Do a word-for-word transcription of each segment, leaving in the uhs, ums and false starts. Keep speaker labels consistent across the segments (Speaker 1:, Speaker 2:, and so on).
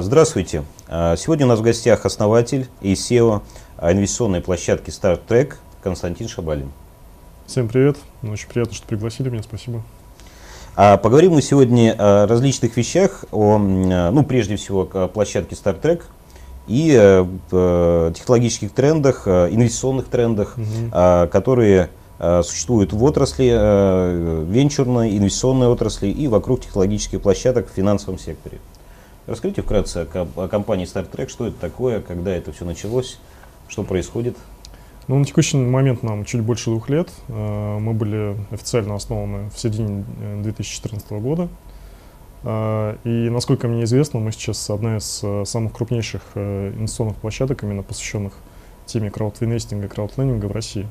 Speaker 1: Здравствуйте. Сегодня у нас в гостях основатель и сео инвестиционной площадки StartTrack Константин Шабалин.
Speaker 2: Всем привет. Очень приятно, что пригласили меня. Спасибо.
Speaker 1: Поговорим мы сегодня о различных вещах, о, ну, прежде всего, о площадке StartTrack и о технологических трендах, инвестиционных трендах, угу. которые существуют в отрасли, венчурной, инвестиционной отрасли и вокруг технологических площадок в финансовом секторе. Расскажите вкратце о компании StartTrack, что это такое, когда это все началось, что происходит?
Speaker 2: Ну, на текущий момент нам чуть больше двух лет. Мы были официально основаны в середине две тысячи четырнадцатого года. И, насколько мне известно, мы сейчас одна из самых крупнейших инвестиционных площадок, именно посвященных теме краудинвестинга и краудлендинга в России.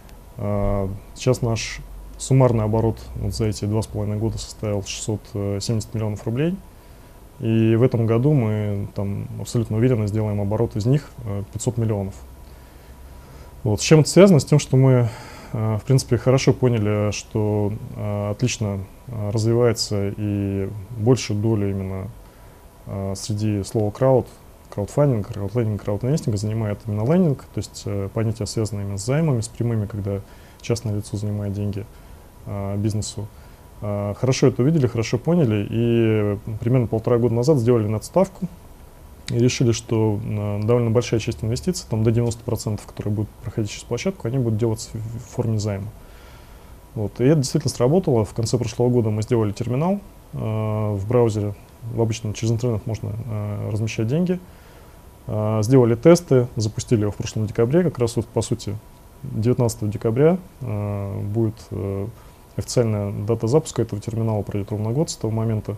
Speaker 2: Сейчас наш суммарный оборот вот за эти два с половиной года составил шестьсот семьдесят миллионов рублей. И в этом году мы там абсолютно уверенно сделаем оборот из них пятьсот миллионов. Вот. С чем это связано? С тем, что мы, в принципе, хорошо поняли, что отлично развивается и большую долю именно среди слова крауд, краудфандинг, краудлендинг, краудинвестинг занимает именно лендинг, то есть понятия, связанные именно с займами, с прямыми, когда частное лицо занимает деньги бизнесу. Хорошо это увидели, хорошо поняли и примерно полтора года назад сделали надставку и решили, что довольно большая часть инвестиций, там до девяноста процентов, которые будут проходить через площадку, они будут делаться в форме займа. Вот. И это действительно сработало. В конце прошлого года мы сделали терминал э, в браузере. В обычном через интернет можно э, размещать деньги. Э, сделали тесты, запустили его в прошлом декабре. Как раз вот по сути девятнадцатого декабря э, будет э, официальная дата запуска этого терминала, пройдет ровно год с того момента.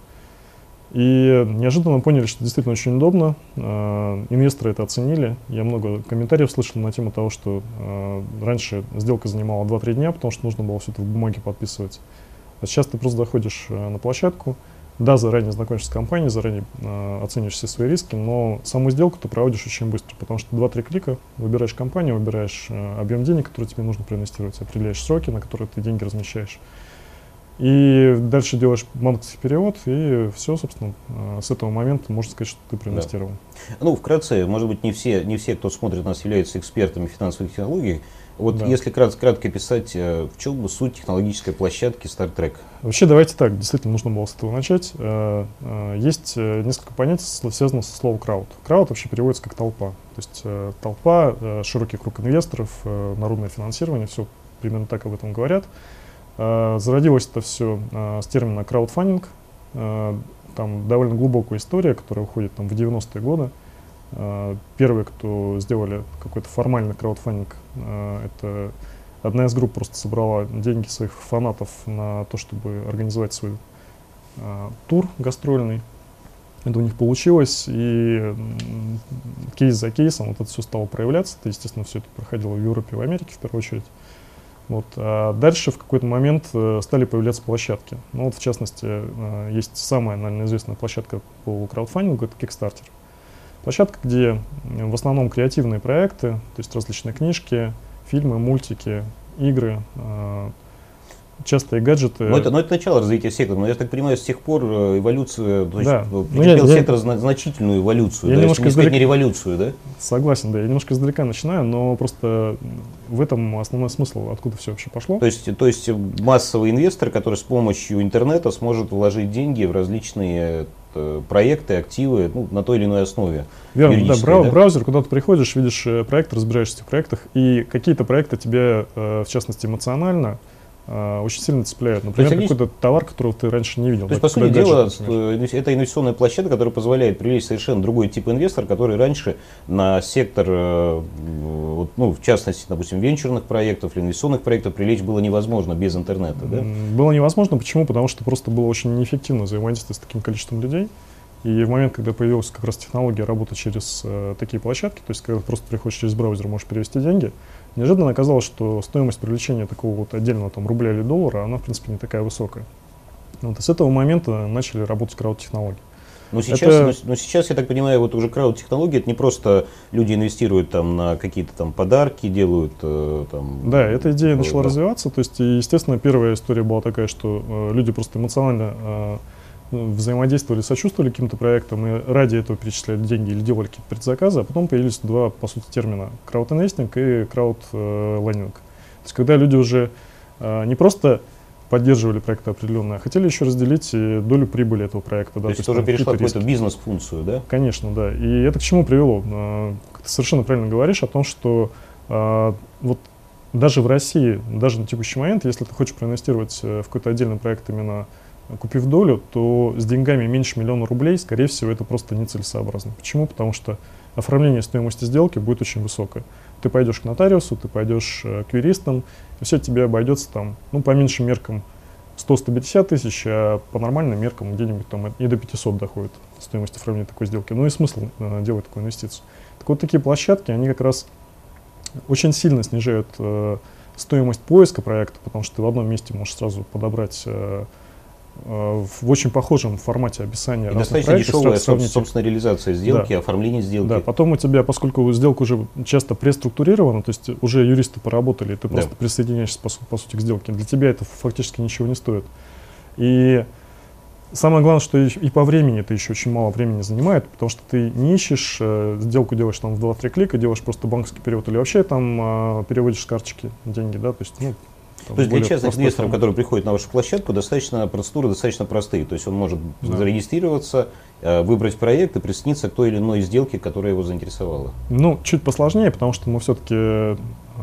Speaker 2: И неожиданно поняли, что действительно очень удобно. Э, инвесторы это оценили. Я много комментариев слышал на тему того, что э, раньше сделка занимала два-три дня, потому что нужно было все это в бумаге подписывать. А сейчас ты просто заходишь э, на площадку, да, заранее знакомишься с компанией, заранее э, оцениваешь все свои риски, но саму сделку ты проводишь очень быстро, потому что два-три клика, выбираешь компанию, выбираешь э, объем денег, который тебе нужно проинвестировать, определяешь сроки, на которые ты деньги размещаешь. И дальше делаешь банковский перевод, и все, собственно, с этого момента можно сказать, что ты проинвестировал.
Speaker 1: Да. Ну, вкратце, может быть, не все, не все, кто смотрит нас, являются экспертами финансовых технологий. Вот да. Если кратко, кратко писать, в чем суть технологической площадки StartTrack?
Speaker 2: Вообще, давайте так, действительно, нужно было с этого начать. Есть несколько понятий, связанных со словом крауд. Крауд вообще переводится как толпа. То есть толпа, широкий круг инвесторов, народное финансирование, все примерно так об этом говорят. Зародилось это все с термина краудфандинг. Там довольно глубокая история, которая уходит там, в девяностые годы. Первые, кто сделали какой-то формальный краудфандинг, это одна из групп просто собрала деньги своих фанатов на то, чтобы организовать свой тур гастрольный. Это у них получилось, и кейс за кейсом вот это все стало проявляться. Это, естественно, все это проходило в Европе и в Америке в первую очередь. Вот. А дальше в какой-то момент э, стали появляться площадки. Ну, вот, в частности, э, есть самая, наверное, известная площадка по краудфандингу, это Kickstarter. Площадка, где в основном креативные проекты, то есть различные книжки, фильмы, мультики, игры, э, частые гаджеты.
Speaker 1: Но это, но это начало развития сектора, но я так понимаю, с тех пор эволюция, то есть
Speaker 2: да.
Speaker 1: претерпел я, сектор я, значительную эволюцию,
Speaker 2: я
Speaker 1: да, если не сказать
Speaker 2: издалека,
Speaker 1: не революцию, да?
Speaker 2: Согласен, да, я немножко издалека начинаю, но просто в этом основной смысл, откуда все вообще пошло.
Speaker 1: То есть, то есть массовый инвестор, который с помощью интернета сможет вложить деньги в различные проекты, активы, ну, на той или иной основе.
Speaker 2: Верно, да, брау, да, браузер, куда ты приходишь, видишь проект, разбираешься в этих проектах, и какие-то проекты тебе, в частности, эмоционально очень сильно цепляют. Например, какой-то товар, которого ты раньше не видел.
Speaker 1: То есть, по сути дела, это инвестиционная площадка, которая позволяет привлечь совершенно другой тип инвестора, который раньше на сектор, ну, в частности, допустим, венчурных проектов или инвестиционных проектов привлечь было невозможно без интернета. Да?
Speaker 2: Было невозможно. Почему? Потому что просто было очень неэффективно взаимодействовать с таким количеством людей. И в момент, когда появилась как раз технология работы через э, такие площадки, то есть когда ты просто приходишь через браузер, можешь перевести деньги, неожиданно оказалось, что стоимость привлечения такого вот отдельного там, рубля или доллара, она в принципе не такая высокая. Вот, и с этого момента начали работать крауд-технологии.
Speaker 1: Но сейчас, это... но, но сейчас, я так понимаю, вот уже крауд-технологии, это не просто люди инвестируют там на какие-то там подарки, делают э, там...
Speaker 2: Да, эта идея начала да. развиваться, то есть, естественно, первая история была такая, что э, люди просто эмоционально... Э, взаимодействовали, сочувствовали каким-то проектам и ради этого перечисляли деньги или делали какие-то предзаказы, а потом появились два, по сути, термина – краудинвестинг и краудлендинг. То есть когда люди уже э, не просто поддерживали проекты определенные, а хотели еще разделить и долю прибыли этого проекта. Да,
Speaker 1: то есть это уже перешло в какую-то бизнес-функцию, да?
Speaker 2: Конечно, да. И это к чему привело? Э, как ты совершенно правильно говоришь о том, что э, вот даже в России, даже на текущий момент, если ты хочешь проинвестировать в какой-то отдельный проект, именно купив долю, то с деньгами меньше миллиона рублей, скорее всего, это просто нецелесообразно. Почему? Потому что оформление стоимости сделки будет очень высокое. Ты пойдешь к нотариусу, ты пойдешь к юристам, и все тебе обойдется там, ну, по меньшим меркам сто — сто пятьдесят тысяч, а по нормальным меркам где-нибудь там и до пятисот доходит стоимость оформления такой сделки. Ну и смысл э, делать такую инвестицию. Так вот, такие площадки, они как раз очень сильно снижают э, стоимость поиска проекта, потому что ты в одном месте можешь сразу подобрать э, э, в очень похожем формате описания.
Speaker 1: И достаточно дешевая, собственно, реализация сделки, да. Оформление сделки.
Speaker 2: Да, потом у тебя, поскольку сделка уже часто преструктурирована, то есть уже юристы поработали, и ты просто да. присоединяешься, по, по сути, к сделке, для тебя это фактически ничего не стоит. И самое главное, что и по времени это еще очень мало времени занимает, потому что ты не ищешь, э, сделку делаешь там в два-три клика, делаешь просто банковский перевод или вообще там э, переводишь с карточки деньги, да, то есть, ну,
Speaker 1: то есть для частных инвесторов, которые приходят на вашу площадку, достаточно процедуры достаточно простые. То есть он может да. зарегистрироваться, э, выбрать проект и присоединиться к той или иной сделке, которая его заинтересовала.
Speaker 2: Ну, чуть посложнее, потому что мы все-таки э,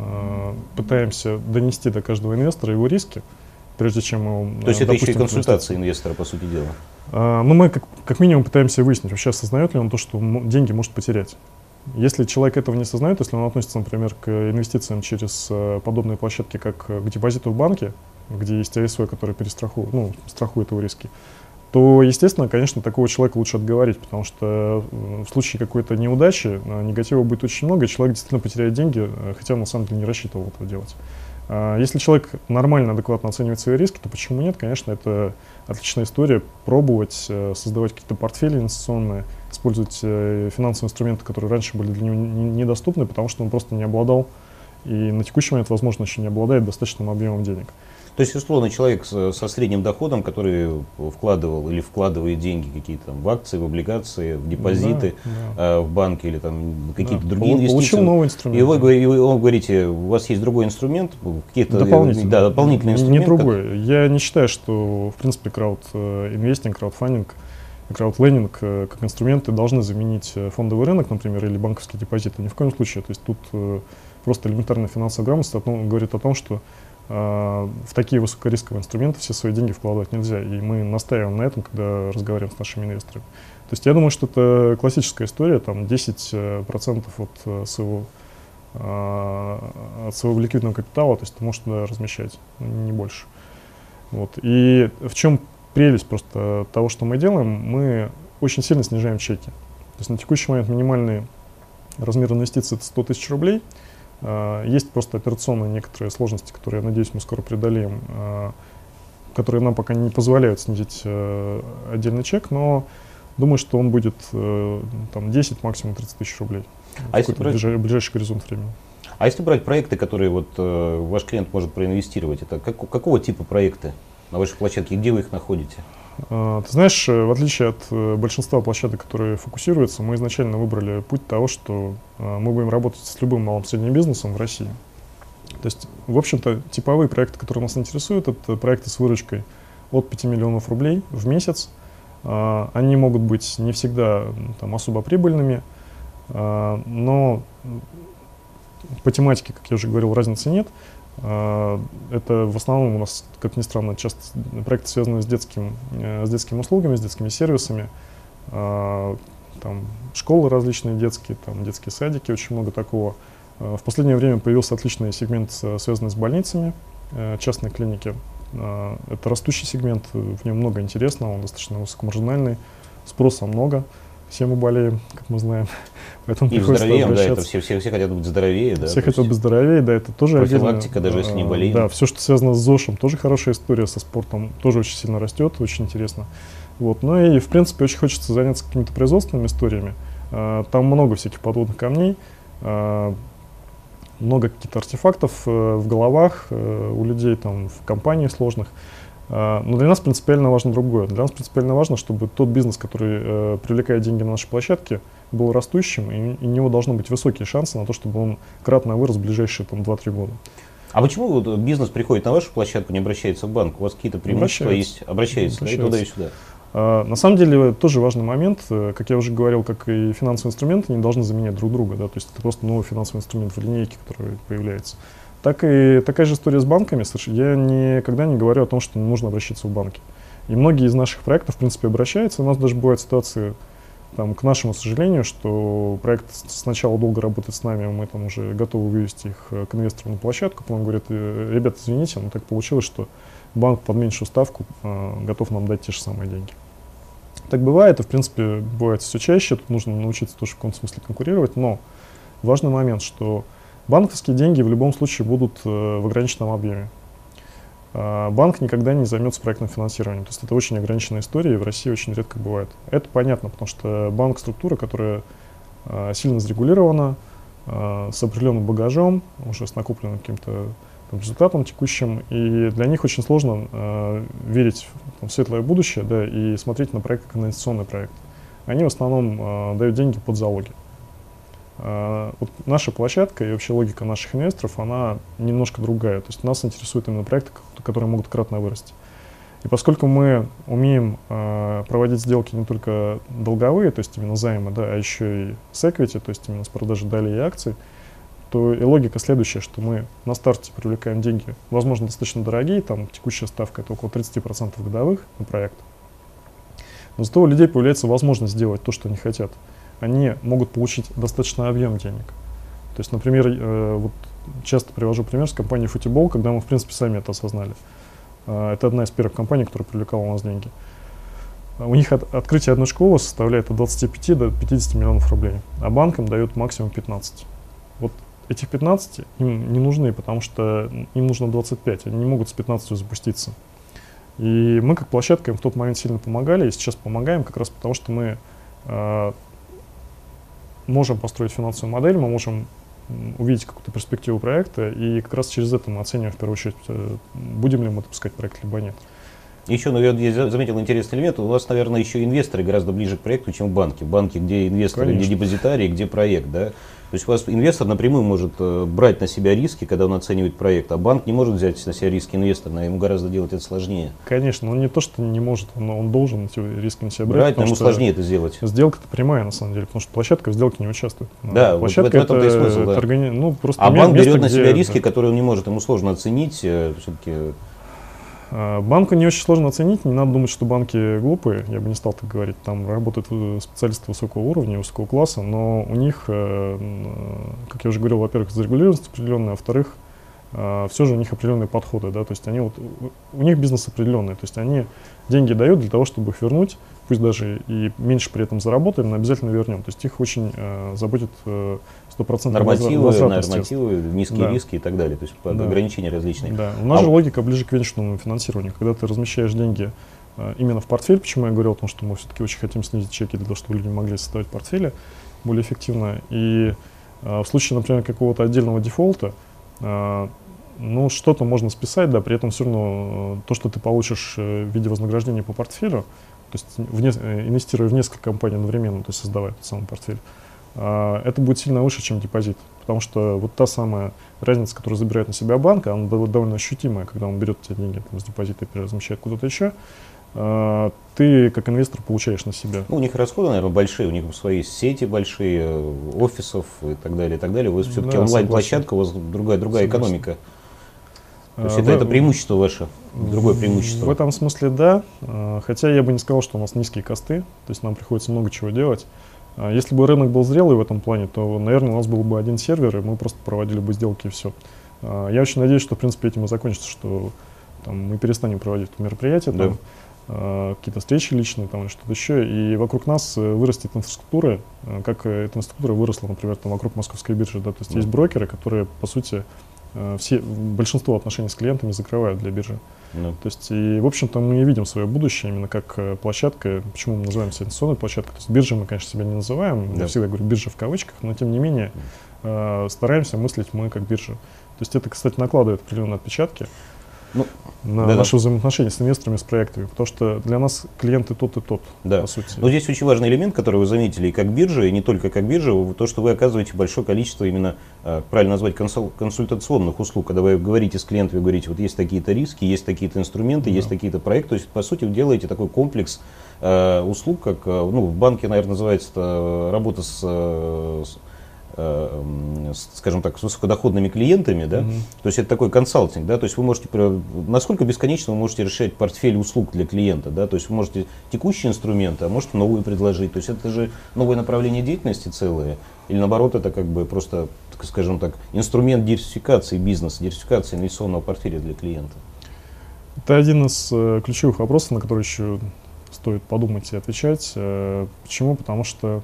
Speaker 2: пытаемся донести до каждого инвестора его риски, прежде чем мы...
Speaker 1: То есть это еще и консультация инвестора, по сути дела?
Speaker 2: А, ну, мы как, как минимум пытаемся выяснить, вообще осознает ли он то, что деньги может потерять. Если человек этого не осознает, если он относится, например, к инвестициям через uh, подобные площадки, как к депозиту в банке, где есть АСВ, который перестрахует, ну, страхует его риски, то, естественно, конечно, такого человека лучше отговорить, потому что в случае какой-то неудачи негатива будет очень много, и человек действительно потеряет деньги, хотя он на самом деле не рассчитывал этого делать. Если человек нормально, адекватно оценивает свои риски, то почему нет? Конечно, это отличная история пробовать, создавать какие-то портфели инвестиционные, использовать финансовые инструменты, которые раньше были для него недоступны, потому что он просто не обладал и на текущий момент, возможно, еще не обладает достаточным объемом денег.
Speaker 1: То есть, условно, человек со средним доходом, который вкладывал или вкладывает деньги какие-то там в акции, в облигации, в депозиты, да, да. Э, в банки или там какие-то да. другие инвестиции.
Speaker 2: Получил новый инструмент.
Speaker 1: И вы, и вы говорите, у вас есть другой инструмент, какие-то
Speaker 2: дополнительный,
Speaker 1: да, дополнительный инструмент.
Speaker 2: Не другой. Как... Я не считаю, что, в принципе, краудинвестинг, краудфандинг, краудлендинг как инструменты должны заменить фондовый рынок, например, или банковские депозиты. Ни в коем случае. То есть тут просто элементарная финансовая грамотность говорит о том, что в такие высокорисковые инструменты все свои деньги вкладывать нельзя. И мы настаиваем на этом, когда разговариваем с нашими инвесторами. То есть я думаю, что это классическая история, там десять процентов от своего, от своего ликвидного капитала, то есть ты можешь туда размещать, не больше. Вот. И в чем прелесть просто того, что мы делаем, мы очень сильно снижаем чеки. То есть на текущий момент минимальный размер инвестиций это сто тысяч рублей. Uh, есть просто операционные некоторые сложности, которые, я надеюсь, мы скоро преодолеем, uh, которые нам пока не позволяют снизить uh, отдельный чек, но думаю, что он будет uh, там десять, максимум тридцать тысяч рублей.
Speaker 1: А если брать...
Speaker 2: ближай, ближайший горизонт времени.
Speaker 1: А если брать проекты, которые вот, uh, ваш клиент может проинвестировать, это как, какого типа проекты на вашей площадке, где вы их находите?
Speaker 2: Uh, ты знаешь, в отличие от uh, большинства площадок, которые фокусируются, мы изначально выбрали путь того, что uh, мы будем работать с любым малым и средним бизнесом в России. То есть, в общем-то, типовые проекты, которые нас интересуют, это проекты с выручкой от пяти миллионов рублей в месяц. Uh, они могут быть не всегда там, особо прибыльными, uh, но по тематике, как я уже говорил, разницы нет. Uh, это в основном у нас, как ни странно, часто проекты связаны с, детским, uh, с детскими услугами, с детскими сервисами, uh, там, школы различные детские, там, детские садики, очень много такого. Uh, в последнее время появился отличный сегмент, uh, связанный с больницами, uh, частные клиники. Uh, это растущий сегмент, в нем много интересного, он достаточно высокомаржинальный, спроса много. Все мы болеем, как мы знаем. Поэтому
Speaker 1: и здоровеем, да, это все, все, все хотят быть здоровее. Да,
Speaker 2: все хотят быть здоровее, да, это тоже
Speaker 1: профилактика, даже если не болеем.
Speaker 2: Да, все, что связано с ЗОЖем, тоже хорошая история, со спортом тоже очень сильно растет, очень интересно. Вот. Ну и, в принципе, очень хочется заняться какими-то производственными историями. Там много всяких подводных камней, много каких-то артефактов в головах у людей, там, в компаниях сложных. Но для нас принципиально важно другое. Для нас принципиально важно, чтобы тот бизнес, который э, привлекает деньги на нашей площадке, был растущим, и, и у него должны быть высокие шансы на то, чтобы он кратно вырос в ближайшие два-три года.
Speaker 1: А почему вот бизнес приходит на вашу площадку, не обращается в банк? У вас какие-то преимущества есть? Обращается, да, и туда, и сюда.
Speaker 2: А, на самом деле, тоже важный момент. Как я уже говорил, как и финансовые инструменты не должны заменять друг друга. Да? То есть это просто новый финансовый инструмент в линейке, который появляется. Так и такая же история с банками. Я никогда не говорю о том, что нужно обращаться в банки. И многие из наших проектов, в принципе, обращаются. У нас даже бывают ситуации, там, к нашему сожалению, что проект сначала долго работает с нами, мы там уже готовы вывести их к инвесторам на площадку, потом говорят: ребята, извините, но так получилось, что банк под меньшую ставку э, готов нам дать те же самые деньги. Так бывает, и в принципе бывает все чаще, тут нужно научиться тоже в каком-то смысле конкурировать, но важный момент, что банковские деньги в любом случае будут э, в ограниченном объеме. Э, банк никогда не займется проектным финансированием, то есть это очень ограниченная история, и в России очень редко бывает. Это понятно, потому что банк — структура, которая э, сильно зарегулирована, э, с определенным багажом, уже с накопленным каким-то результатом текущим, и для них очень сложно э, верить в светлое будущее, да, и смотреть на проект как инвестиционный проект. Они в основном э, дают деньги под залоги. Э, вот наша площадка и вообще логика наших инвесторов, она немножко другая. То есть нас интересуют именно проекты, которые могут кратно вырасти. И поскольку мы умеем э, проводить сделки не только долговые, то есть именно займы, да, а еще и с equity, то есть именно с продажей долей и акций, то и логика следующая, что мы на старте привлекаем деньги, возможно, достаточно дорогие, там текущая ставка — это около тридцати процентов годовых на проект. Но зато у людей появляется возможность сделать то, что они хотят. Они могут получить достаточный объем денег. То есть, например, э, вот часто привожу пример с компанией Football, когда мы, в принципе, сами это осознали. Э, это одна из первых компаний, которая привлекала у нас деньги. У них от, открытие одной школы составляет от двадцати пяти до пятидесяти миллионов рублей, а банкам дают максимум пятнадцать. Вот этих пятнадцать им не нужны, потому что им нужно двадцать пять, они не могут с пятнадцатью запуститься. И мы как площадка им в тот момент сильно помогали, и сейчас помогаем как раз потому, что мы э, можем построить финансовую модель, мы можем увидеть какую-то перспективу проекта, и как раз через это мы оцениваем в первую очередь, будем ли мы допускать проект, либо нет.
Speaker 1: Еще, наверное, я заметил интересный элемент. У вас, наверное, еще инвесторы гораздо ближе к проекту, чем банки. Банки, где инвесторы, Конечно. Где депозитарии, где проект, да? То есть у вас инвестор напрямую может э, брать на себя риски, когда он оценивает проект, а банк не может взять на себя риски инвестора, ему гораздо делать это сложнее. Конечно,
Speaker 2: он не то, что не может, но он должен эти риски на себя брать.
Speaker 1: Брать, но ему сложнее это сделать.
Speaker 2: Сделка-то прямая, на самом деле, потому что площадка в сделке не участвует.
Speaker 1: Да, площадка вот в этом-то и смысл, да.
Speaker 2: Органи... ну, просто
Speaker 1: а банк
Speaker 2: место,
Speaker 1: берет на себя
Speaker 2: где,
Speaker 1: риски,
Speaker 2: да.
Speaker 1: которые он не может, ему сложно оценить, э, все-таки...
Speaker 2: Банку не очень сложно оценить, не надо думать, что банки глупые, я бы не стал так говорить. Там работают специалисты высокого уровня, высокого класса, но у них, как я уже говорил, во-первых, зарегулированность определенная, а во-вторых, все же у них определенные подходы, да, то есть они вот, у них бизнес определенный, то есть они деньги дают для того, чтобы их вернуть, пусть даже и меньше при этом заработаем, но обязательно вернем. То есть их очень э, заботит стопроцентно
Speaker 1: нормативы, нормативы, низкие да. риски и так далее, то есть да. ограничения различные.
Speaker 2: Да. У нас а же логика ближе к венчурному финансированию, когда ты размещаешь деньги э, именно в портфель, почему я говорил о том, что мы все-таки очень хотим снизить чеки для того, чтобы люди могли составить портфели более эффективно. И э, в случае, например, какого-то отдельного дефолта, э, ну, что-то можно списать, да, при этом все равно то, что ты получишь в виде вознаграждения по портфелю, то есть вне, инвестируя в несколько компаний одновременно, то есть создавая этот самый портфель, это будет сильно выше, чем депозит. Потому что вот та самая разница, которую забирает на себя банк, она довольно ощутимая, когда он берет эти деньги там, с депозита и переразмещает куда-то еще, ты как инвестор получаешь на себя.
Speaker 1: Ну, у них расходы, наверное, большие, у них свои сети большие, офисов и так далее, и так далее. У вас все-таки да, онлайн-площадка, у вас другая, другая экономика. То есть это, это преимущество ваше, другое преимущество?
Speaker 2: В этом смысле да, хотя я бы не сказал, что у нас низкие косты, то есть нам приходится много чего делать. Если бы рынок был зрелый в этом плане, то, наверное, у нас был бы один сервер, и мы просто проводили бы сделки и все. Я очень надеюсь, что, в принципе, этим и закончится, что там, мы перестанем проводить мероприятия, да. там, какие-то встречи личные там, или что-то еще, и вокруг нас вырастет инфраструктура, как эта инфраструктура выросла, например, там, вокруг Московской биржи. Да? То есть да. есть брокеры, которые, по сути, все, большинство отношений с клиентами закрывают для биржи. Yeah. То есть, и, в общем-то, мы видим свое будущее именно как площадка. Почему мы называем себя инвестиционной площадкой? То есть, биржей мы, конечно, себя не называем. Yeah. Я всегда говорю биржа в кавычках, но, тем не менее, э, стараемся мыслить мы как биржа. То есть, это, кстати, накладывает определенные отпечатки. ну, на да, наши да. взаимоотношения с инвесторами, с проектами, потому что для нас клиенты тот и тот,
Speaker 1: да.
Speaker 2: по сути.
Speaker 1: Но здесь очень важный элемент, который вы заметили и как биржа, и не только как биржа, то, что вы оказываете большое количество именно, правильно назвать, консуль, консультационных услуг, когда вы говорите с клиентами, вы говорите, вот есть такие-то риски, есть такие-то инструменты, да. есть такие-то проекты, то есть, по сути, вы делаете такой комплекс э, услуг, как, ну, в банке, наверное, называется это работа с, с скажем так, с высокодоходными клиентами, да, mm-hmm. то есть это такой консалтинг, да, то есть вы можете, насколько бесконечно вы можете решать портфель услуг для клиента, да, то есть вы можете текущие инструменты, а можете новые предложить, то есть это же новое направление деятельности целое, или наоборот это как бы просто, скажем так, инструмент диверсификации бизнеса, диверсификации инвестиционного портфеля для клиента.
Speaker 2: Это один из э, ключевых вопросов, на который еще стоит подумать и отвечать. Э, почему? Потому что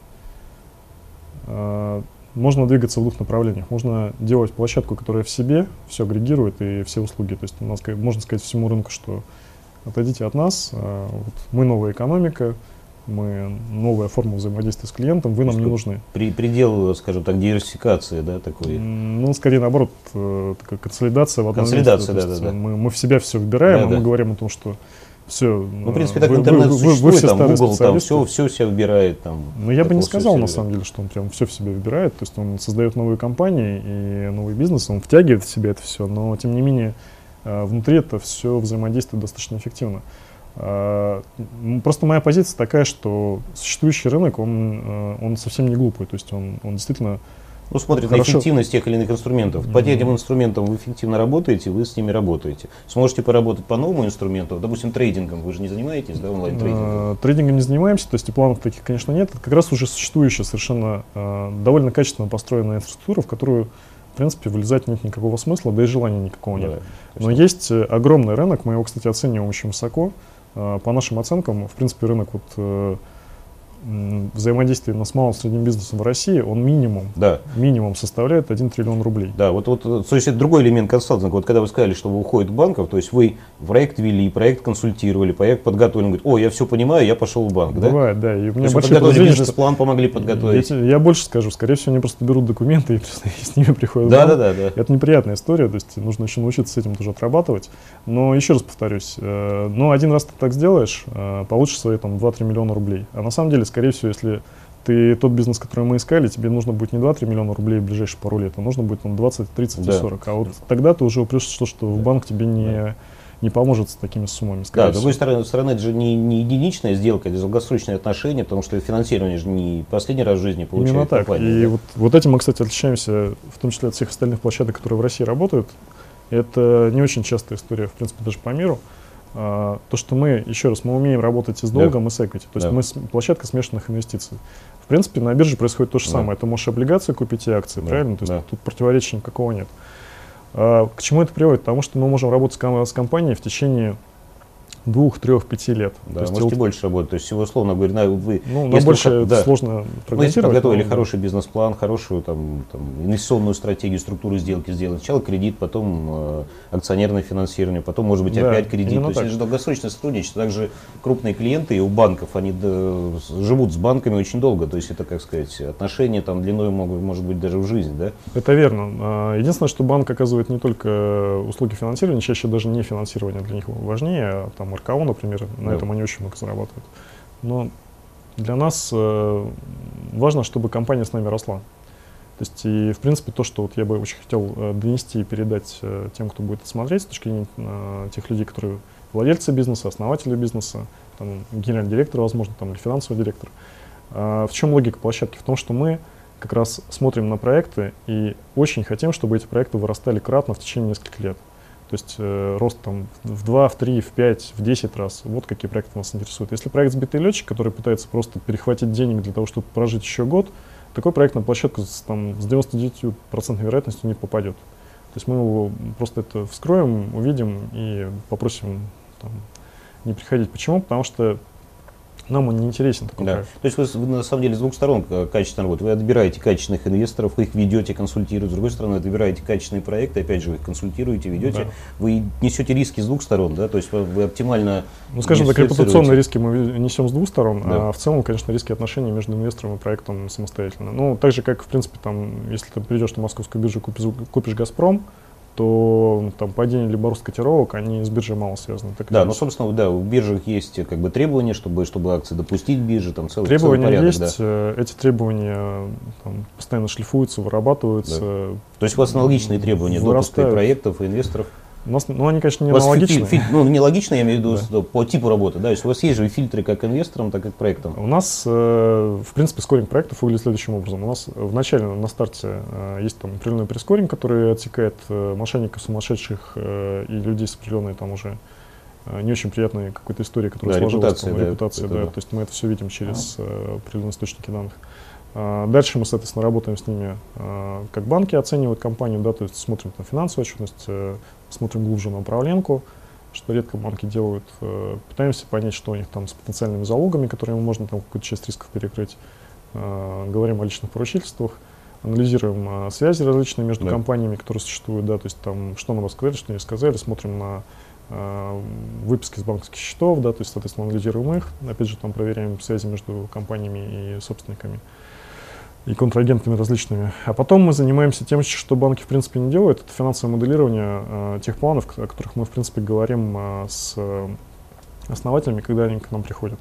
Speaker 2: э, можно двигаться в двух направлениях. Можно делать площадку, которая в себе все агрегирует и все услуги. То есть можно сказать всему рынку, что отойдите от нас, вот мы новая экономика, мы новая форма взаимодействия с клиентом, вы нам не нужны.
Speaker 1: При, предел, скажем так, диверсификации, да, такой?
Speaker 2: Ну, скорее наоборот, такая консолидация в одном
Speaker 1: консолидация,
Speaker 2: месте.
Speaker 1: Да, да, да.
Speaker 2: Мы, мы в себя все вбираем,
Speaker 1: да,
Speaker 2: а
Speaker 1: да.
Speaker 2: мы говорим о том, что все.
Speaker 1: Ну, в принципе, так вы, интернет вы, существует, вы, вы все там Google там все, все себя выбирает. Там,
Speaker 2: но я бы не сказал, на самом деле, что он прям все в себе выбирает. То есть он создает новые компании и новый бизнес, он втягивает в себя это все, но тем не менее внутри это все взаимодействует достаточно эффективно. Просто моя позиция такая, что существующий рынок, он, он совсем не глупый, то есть он, он действительно
Speaker 1: Ну, смотрит на эффективность тех или иных инструментов. По этим инструментам вы эффективно работаете, вы с ними работаете. Сможете поработать по новому инструменту, допустим, трейдингом. Вы же не занимаетесь, да, онлайн-трейдингом?
Speaker 2: Трейдингом не занимаемся, то есть и планов таких, конечно, нет. Это как раз уже существующая совершенно довольно качественно построенная инфраструктура, в которую, в принципе, вылезать нет никакого смысла, да и желания никакого нет. Да, но есть огромный рынок, мы его, кстати, оцениваем очень высоко. По нашим оценкам, в принципе, рынок вот взаимодействие с малым и средним бизнесом в России, он минимум,
Speaker 1: да.
Speaker 2: минимум составляет один триллион рублей.
Speaker 1: Да, вот, вот, то есть это другой элемент консалтинга. Вот когда вы сказали, что вы уходите в банков, то есть вы проект вели, проект консультировали, проект подготовили, говорит, о, я все понимаю, я пошел в банк, да?
Speaker 2: Бывает, да. И у меня
Speaker 1: большое подготовили бизнес-план, помогли подготовить.
Speaker 2: Я, я больше скажу, скорее всего, они просто берут документы и, и с ними приходят
Speaker 1: да,
Speaker 2: в банк.
Speaker 1: Да, да, да.
Speaker 2: Это неприятная история, то есть нужно еще научиться с этим тоже отрабатывать. Но еще раз повторюсь, э, ну, один раз ты так сделаешь, э, получишь свои там два-три миллиона рублей. А на самом деле, скорее всего, если ты тот бизнес, который мы искали, тебе нужно будет не два-три миллиона рублей в ближайшие пару лет, а нужно будет там двадцать, тридцать, да. сорок. А вот тогда ты уже упрешь, что, что в банк тебе не, да. не поможет с такими суммами.
Speaker 1: Да, с другой стороны, стороны, это же не, не единичная сделка, это долгосрочные отношения, потому что финансирование же не последний раз в жизни получает.
Speaker 2: Именно так.
Speaker 1: Компания,
Speaker 2: и
Speaker 1: да?
Speaker 2: вот, вот этим мы, кстати, отличаемся, в том числе от всех остальных площадок, которые в России работают. Это не очень частая история, в принципе, даже по миру. Uh, то, что мы, еще раз, мы умеем работать и с долгом, да. и с equity. То есть да. мы с, площадка смешанных инвестиций. В принципе, на бирже происходит то же да. самое. Ты можешь облигации купить и акции, да. правильно? То есть да. тут противоречия никакого нет. Uh, к чему это приводит? Потому что мы можем работать с, ком- с компанией в течение двух, трех, пяти лет.
Speaker 1: Да,
Speaker 2: то есть
Speaker 1: можете
Speaker 2: вот,
Speaker 1: больше работать. То есть всего условно говоря, вы...
Speaker 2: Ну, на больше
Speaker 1: вы, да,
Speaker 2: сложно прогнозировать.
Speaker 1: Если подготовили
Speaker 2: но,
Speaker 1: хороший да. бизнес-план, хорошую там, там, инвестиционную стратегию, структуру сделки сделали. Сначала кредит, потом э, акционерное финансирование, потом, может быть, да, опять кредит. То есть так. Это же долгосрочное сотрудничество. Также крупные клиенты и у банков, они да, живут с банками очень долго. То есть это, как сказать, отношения там, длиной могут, может быть даже в жизнь. Да?
Speaker 2: Это верно. Единственное, что банк оказывает не только услуги финансирования, чаще даже не финансирование для них важнее, а там эр ка о, например, на да. этом они очень много зарабатывают. Но для нас э, важно, чтобы компания с нами росла. То есть, и в принципе, то, что вот я бы очень хотел э, донести и передать э, тем, кто будет это смотреть, с точки зрения э, тех людей, которые владельцы бизнеса, основатели бизнеса, там, генеральный директор, возможно, там, или финансовый директор. Э, в чем логика площадки? В том, что мы как раз смотрим на проекты и очень хотим, чтобы эти проекты вырастали кратно в течение нескольких лет. То есть э, рост там в два, в три, в пять, в десять раз. Вот какие проекты нас интересуют. Если проект «Сбитый летчик», который пытается просто перехватить денег для того, чтобы прожить еще год, такой проект на площадку с, там, с девяносто девять процентов вероятностью не попадет. То есть мы его просто это вскроем, увидим и попросим там, не приходить. Почему? Потому что нам он не интересен такой
Speaker 1: да.
Speaker 2: проект.
Speaker 1: То есть вы на самом деле с двух сторон качественно работаете. Вы отбираете качественных инвесторов, вы их ведете, консультируете. С другой стороны, отбираете качественные проекты, опять же, вы их консультируете, ведете. Да. Вы несете риски с двух сторон, да? То есть вы, вы оптимально.
Speaker 2: Ну, скажем так, репутационные риски мы несем с двух сторон,
Speaker 1: да.
Speaker 2: а в целом, конечно, риски отношений между инвестором и проектом самостоятельно. Ну, так же, как, в принципе, там, если ты придешь на московскую биржу, купишь, купишь «Газпром», то там падение либо рост котировок, они с биржей мало связаны. Так
Speaker 1: да, ну, собственно, да, у биржах есть как бы требования, чтобы, чтобы акции допустить в бирже, там целый,
Speaker 2: требования
Speaker 1: целый порядок.
Speaker 2: есть,
Speaker 1: Да.
Speaker 2: эти требования там, постоянно шлифуются, вырабатываются.
Speaker 1: Да. То есть у вас аналогичные требования допуска проектов и инвесторов?
Speaker 2: У нас, ну, они, конечно, не
Speaker 1: у вас
Speaker 2: аналогичны.
Speaker 1: Филь, филь, ну, не логично, я имею в виду, да. по типу работы. Да? То есть у вас есть же фильтры как инвесторам, так и к проектам.
Speaker 2: У нас, э, в принципе, скоринг проектов выглядит следующим образом. У нас в начале, на старте, э, есть там определенный прескоринг, который отсекает э, мошенников, сумасшедших э, и людей с определенной там уже э, не очень приятной какой-то историей, которая
Speaker 1: да,
Speaker 2: сложилась.
Speaker 1: Репутация,
Speaker 2: там,
Speaker 1: да,
Speaker 2: репутация,
Speaker 1: это,
Speaker 2: да.
Speaker 1: да.
Speaker 2: То есть мы это все видим через э, определенные источники данных. Дальше мы, соответственно, работаем с ними, как банки оценивают компанию, да, то есть смотрим там финансовую отчетность, смотрим глубже на управленку, что редко банки делают, пытаемся понять, что у них там с потенциальными залогами, которыми можно там какую-то часть рисков перекрыть, говорим о личных поручительствах, анализируем связи различные между да. компаниями, которые существуют, да, то есть там что нам рассказали, что не сказали, смотрим на выписки с банковских счетов, да, то есть, соответственно, анализируем их, опять же, там проверяем связи между компаниями и собственниками и контрагентами различными. А потом мы занимаемся тем, что банки в принципе не делают, это финансовое моделирование э, тех планов, о которых мы в принципе говорим э, с э, основателями, когда они к нам приходят.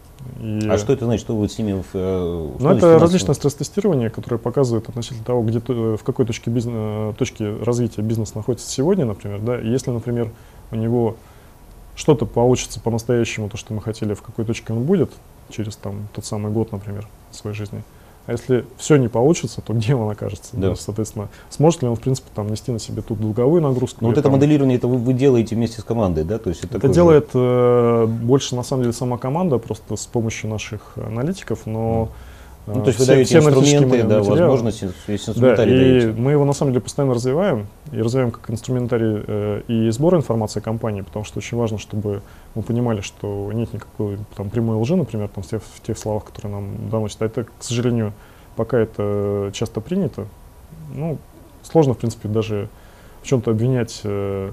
Speaker 1: И а что это значит, что вы с ними в э,
Speaker 2: Ну, это различное стресс-тестирование, которое показывает относительно того, где, в какой точке, бизнес, точке развития бизнес находится сегодня, например, да, и если, например, у него что-то получится по-настоящему, то, что мы хотели, в какой точке он будет через там, тот самый год, например, своей жизни. А если все не получится, то где он окажется?
Speaker 1: Да.
Speaker 2: Да, соответственно, сможет ли он, в принципе, там, нести на себе ту долговую нагрузку?
Speaker 1: Но вот это
Speaker 2: там...
Speaker 1: моделирование это вы, вы делаете вместе с командой, да? То есть это
Speaker 2: это делает э, больше, на самом деле, сама команда, просто с помощью наших аналитиков, но...
Speaker 1: Mm. Ну, то есть вы даете инструменты, да, возможности, весь инструментарий
Speaker 2: да,
Speaker 1: даете.
Speaker 2: И мы его, на самом деле, постоянно развиваем, и развиваем как инструментарий э, и сбор информации о компании, потому что очень важно, чтобы мы понимали, что нет никакой там, прямой лжи, например, там, в, тех, в тех словах, которые нам доносят. А это, к сожалению, пока это часто принято, ну, сложно, в принципе, даже в чем-то обвинять э,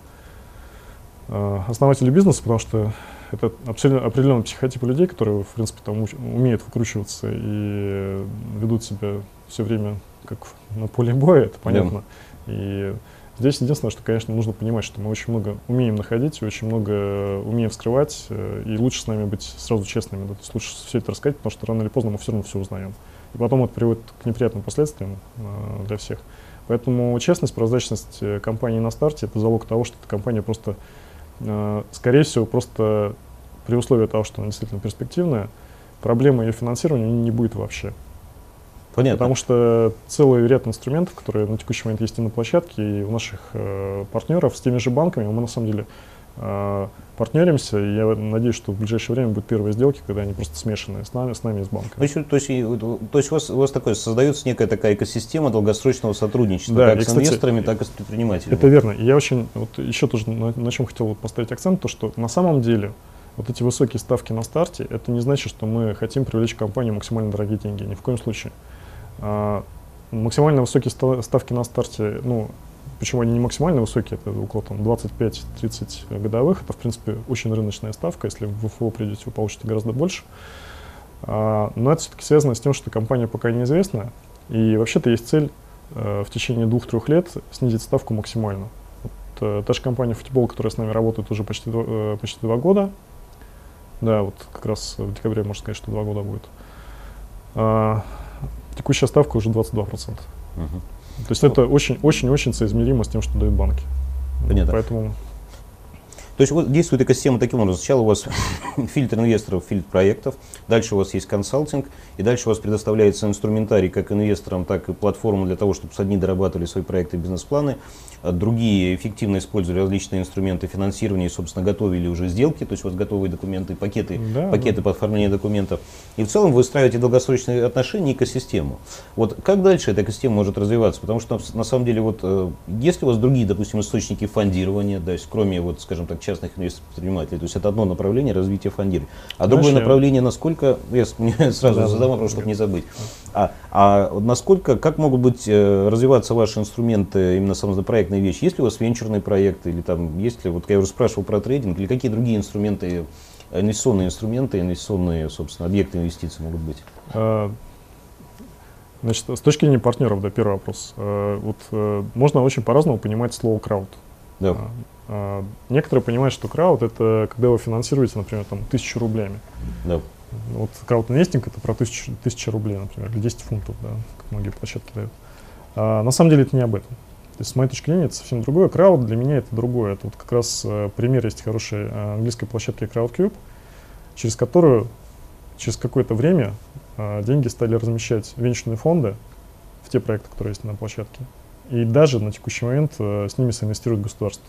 Speaker 2: э, основателей бизнеса, потому что это абсолютно определенный психотип людей, которые, в принципе, там умеют выкручиваться и ведут себя все время как на поле боя, это понятно. Yeah. И здесь единственное, что, конечно, нужно понимать, что мы очень много умеем находить, и очень много умеем вскрывать, и лучше с нами быть сразу честными. Да? То есть лучше все это рассказать, потому что рано или поздно мы все равно все узнаем. И потом это приводит к неприятным последствиям э, для всех. Поэтому честность, прозрачность компании на старте – это залог того, что эта компания просто, э, скорее всего, просто при условии того, что она действительно перспективная, проблемы ее финансирования не будет вообще.
Speaker 1: Понятно.
Speaker 2: Потому что целый ряд инструментов, которые на текущий момент есть и на площадке, и у наших э, партнеров с теми же банками, мы на самом деле э, партнеримся, и я надеюсь, что в ближайшее время будут первые сделки, когда они просто смешаны с нами, с нами и с банками.
Speaker 1: То есть, то есть, то есть у, вас, у вас такое, создается некая такая экосистема долгосрочного сотрудничества,
Speaker 2: да,
Speaker 1: как
Speaker 2: и,
Speaker 1: с
Speaker 2: кстати,
Speaker 1: инвесторами, так и с предпринимателями.
Speaker 2: Это верно. И я очень, вот еще тоже на, на чем хотел поставить акцент, то что на самом деле вот эти высокие ставки на старте, это не значит, что мы хотим привлечь в компанию максимально дорогие деньги, ни в коем случае. А, максимально высокие ставки на старте, ну, почему они не максимально высокие, это около там, двадцать пять тридцать годовых, это в принципе очень рыночная ставка, если вы в ВФО придете, вы получите гораздо больше. А, но это все-таки связано с тем, что компания пока неизвестная, и вообще-то есть цель э, в течение двух-трех лет снизить ставку максимально. Вот, э, та же компания Футбол, которая с нами работает уже почти, э, почти два года, да, вот как раз в декабре можно сказать, что два года будет. А, текущая ставка уже двадцать два процента. Uh-huh. То есть это очень-очень-очень соизмеримо с тем, что дают банки.
Speaker 1: Понятно.
Speaker 2: Поэтому...
Speaker 1: То есть вот действует экосистема таким образом. Сначала у вас фильтр инвесторов, фильтр проектов, дальше у вас есть консалтинг, и дальше у вас предоставляется инструментарий как инвесторам, так и платформа для того, чтобы одни дорабатывали свои проекты и бизнес-планы, а другие эффективно использовали различные инструменты финансирования и, собственно, готовили уже сделки, то есть у вас готовые документы, пакеты, да, пакеты да. по оформлению документов. И в целом вы выстраиваете долгосрочные отношения и экосистему. Вот как дальше эта экосистема может развиваться? Потому что на самом деле, вот, есть ли у вас другие, допустим, источники фондирования, то есть кроме, вот, скажем так, частных инвесторов-предпринимателей, то есть это одно направление развития фондирования. А другое Знаешь, направление, насколько, я сразу да, задам вопрос, чтобы не забыть, а, а насколько, как могут быть э, развиваться ваши инструменты, именно самопроектные вещи? Есть ли у вас венчурные проекты, или там, есть ли, вот я уже спрашивал про трейдинг, или какие другие инструменты, инвестиционные инструменты, инвестиционные, собственно, объекты инвестиций могут быть?
Speaker 2: Значит, с точки зрения партнеров, да, первый вопрос. Э, вот э, можно очень по-разному понимать слово крауд.
Speaker 1: Да.
Speaker 2: А, а, некоторые понимают, что крауд — это когда вы финансируете, например, там, тысячу рублями.
Speaker 1: Да.
Speaker 2: Вот краудинвестинг — это про тысячу, тысячу рублей, например, или десять фунтов, да, как многие площадки дают. А, на самом деле это не об этом. То есть, с моей точки зрения, это совсем другое. Крауд для меня это другое. Это вот как раз э, пример есть хорошей э, английской площадки CrowdCube, через которую через какое-то время э, деньги стали размещать венчурные фонды в те проекты, которые есть на площадке. И даже на текущий момент э, с ними соинвестирует государство.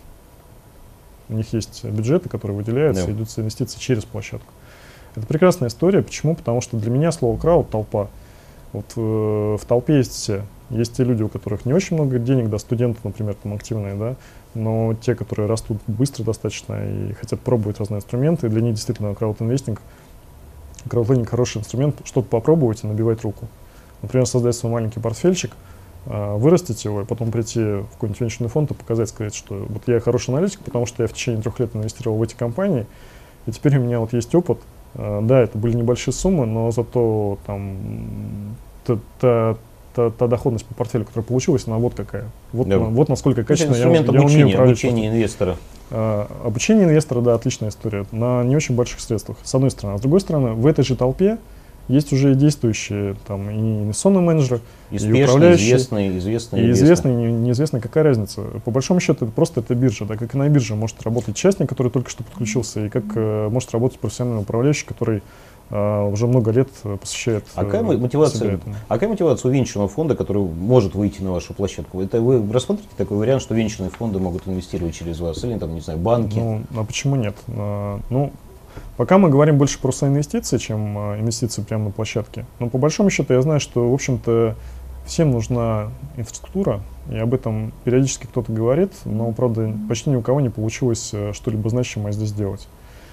Speaker 2: У них есть бюджеты, которые выделяются,
Speaker 1: Да.
Speaker 2: идут инвестиции через площадку. Это прекрасная история. Почему? Потому что для меня слово крауд — толпа. Вот э, в толпе есть все. Есть те люди, у которых не очень много денег, да, студенты, например, там активные, да, но те, которые растут быстро достаточно и хотят пробовать разные инструменты, для них действительно краудинвестинг, краудфандинг — хороший инструмент, что-то попробовать и набивать руку. Например, создать свой маленький портфельчик, э, вырастить его, и потом прийти в какой-нибудь венчурный фонд и показать, сказать, что вот я хороший аналитик, потому что я в течение трех лет инвестировал в эти компании, и теперь у меня вот есть опыт. Э, да, это были небольшие суммы, но зато там та, та, та, та доходность по портфелю, которая получилась, она вот какая. Вот,
Speaker 1: Да.
Speaker 2: на, вот насколько качественно я, я
Speaker 1: инструмент
Speaker 2: умею
Speaker 1: обучения,
Speaker 2: управлять.
Speaker 1: обучения инвестора.
Speaker 2: Uh, обучение инвестора, да, отличная история, на не очень больших средствах, с одной стороны. А с другой стороны, в этой же толпе есть уже и действующие там, и инвестиционные менеджеры, и управляющие,
Speaker 1: известные, известные,
Speaker 2: и известные, и не, неизвестно, какая разница. По большому счету, это просто это биржа, да, как и на бирже может работать частник, который только что подключился, и как uh, может работать профессиональный управляющий, который uh, уже много лет посвящает
Speaker 1: А какая
Speaker 2: uh,
Speaker 1: мотивация,
Speaker 2: себя этому.
Speaker 1: а какая мотивация у венчурного фонда, который может выйти на вашу площадку? Это вы рассмотрите такой вариант, что венчурные фонды могут инвестировать через вас, или там, не знаю, банки?
Speaker 2: Ну, а почему нет? Uh, ну, пока мы говорим больше про инвестиции, чем uh, инвестиции прямо на площадке. Но по большому счету я знаю, что, в общем-то, всем нужна инфраструктура, и об этом периодически кто-то говорит, но, правда, почти ни у кого не получилось uh, что-либо значимое здесь сделать.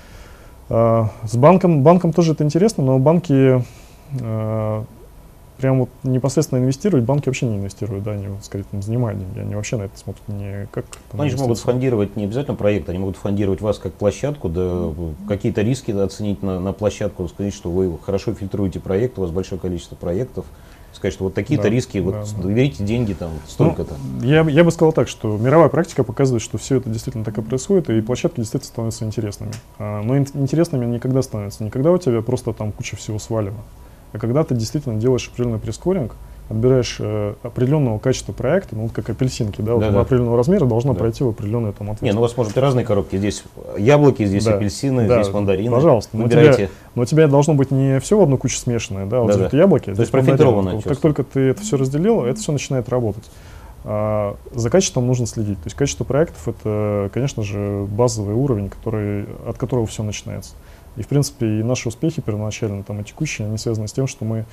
Speaker 2: Uh, с банком, банком тоже это интересно, но банки uh, прям вот непосредственно инвестировать, банки вообще не инвестируют, да, они, скорее, там, занимают деньги, они вообще на это смотрят не как... Там,
Speaker 1: Они же могут фондировать не обязательно проект, они могут фондировать вас как площадку, да, какие-то риски оценить на, на площадку, сказать, что вы хорошо фильтруете проект, у вас большое количество проектов, сказать, что вот такие-то
Speaker 2: да,
Speaker 1: риски,
Speaker 2: да,
Speaker 1: вот
Speaker 2: да.
Speaker 1: доверите деньги там столько-то.
Speaker 2: Ну, я, я бы сказал так, что мировая практика показывает, что все это действительно так и происходит, и площадки действительно становятся интересными. А, но ин- интересными они никогда становятся, никогда у тебя просто там куча всего свалено. А когда ты действительно делаешь определенный прескоринг, отбираешь э, определенного качества проекта, ну вот как апельсинки, да, вот
Speaker 1: Да,
Speaker 2: она
Speaker 1: да.
Speaker 2: определенного размера должна
Speaker 1: Да.
Speaker 2: пройти в определенную там
Speaker 1: Не,
Speaker 2: ответственность.
Speaker 1: ну у вас может быть разные коробки, здесь яблоки, здесь
Speaker 2: Да,
Speaker 1: апельсины,
Speaker 2: да,
Speaker 1: здесь мандарины.
Speaker 2: Пожалуйста, но у,
Speaker 1: Выбирайте.
Speaker 2: тебя, но у тебя должно быть не все в одну кучу смешанное, да, вот
Speaker 1: Да,
Speaker 2: здесь
Speaker 1: да.
Speaker 2: яблоки,
Speaker 1: То
Speaker 2: здесь
Speaker 1: есть профильтрованное
Speaker 2: мандарины. Вот как
Speaker 1: чувство.
Speaker 2: только ты это все разделил, это все начинает работать. А, за качеством нужно следить. То есть качество проектов — это, конечно же, базовый уровень, который, от которого все начинается. И, в принципе, и наши успехи первоначально, там, и текущие, они связаны с тем, что мы,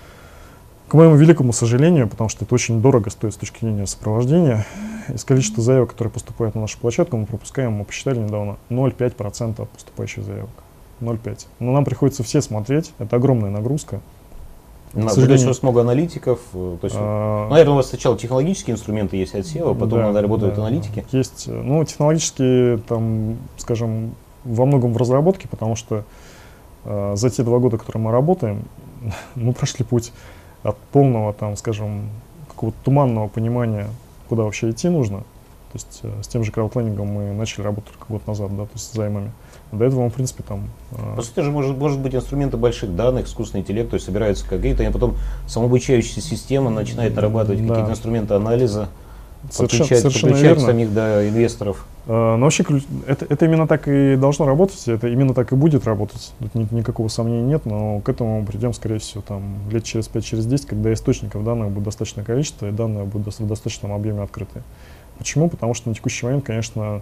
Speaker 2: к моему великому сожалению, потому что это очень дорого стоит с точки зрения сопровождения, из количества заявок, которые поступают на нашу площадку, мы пропускаем, мы посчитали недавно, ноль целых пять десятых процента от поступающих заявок. ноль целых пять десятых. Но нам приходится все смотреть, это огромная нагрузка.
Speaker 1: Ну,
Speaker 2: К
Speaker 1: то есть у
Speaker 2: сожалению,
Speaker 1: вас много аналитиков, э, то есть,
Speaker 2: а,
Speaker 1: наверное, у вас сначала технологические инструменты есть от сео, потом
Speaker 2: да,
Speaker 1: надо работают
Speaker 2: да,
Speaker 1: аналитики.
Speaker 2: Есть, э, ну, технологически, там, скажем, во многом в разработке, потому что э, за те два года, которые мы работаем, мы прошли путь от полного, там, скажем, какого-то туманного понимания, куда вообще идти нужно. То есть э, с тем же краудлендингом мы начали работать только год назад, да, то есть с займами. До этого мы, в принципе, там... э,
Speaker 1: По сути же может, может быть инструменты больших данных, искусственный интеллект, то есть собираются какие-то, и потом самообучающаяся система начинает нарабатывать
Speaker 2: Да.
Speaker 1: какие-то инструменты анализа,
Speaker 2: совершенно,
Speaker 1: подключать,
Speaker 2: совершенно
Speaker 1: подключать
Speaker 2: верно.
Speaker 1: самих да, инвесторов.
Speaker 2: Э, Но вообще ключ- это, это именно так и должно работать, это именно так и будет работать. Тут ни- никакого сомнения нет, но к этому мы придем, скорее всего, там, лет через пять, через десять, когда источников данных будет достаточное количество, и данные будут в достаточном объеме открыты. Почему? Потому что на текущий момент, конечно,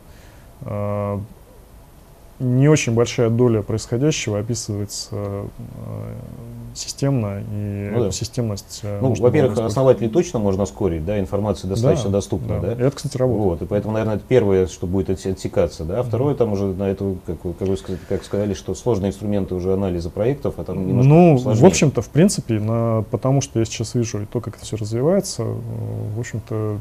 Speaker 2: э, не очень большая доля происходящего описывается э, системно, и
Speaker 1: Ну да.
Speaker 2: эту системность... э,
Speaker 1: Ну,
Speaker 2: можно
Speaker 1: во-первых,
Speaker 2: было использовать.
Speaker 1: основателей точно можно ускорить, да, информация достаточно
Speaker 2: Да,
Speaker 1: доступна, да.
Speaker 2: И это, кстати, работает.
Speaker 1: Вот, и поэтому, наверное, это первое, что будет отсе- отсекаться, да. А второе, там уже на эту, как, вы- как вы сказали, как сказали, что сложные инструменты уже анализа проектов, а там немножко
Speaker 2: Ну,
Speaker 1: сложнее.
Speaker 2: в общем-то, в принципе, на, потому что я сейчас вижу и то, как это все развивается, э, в общем-то,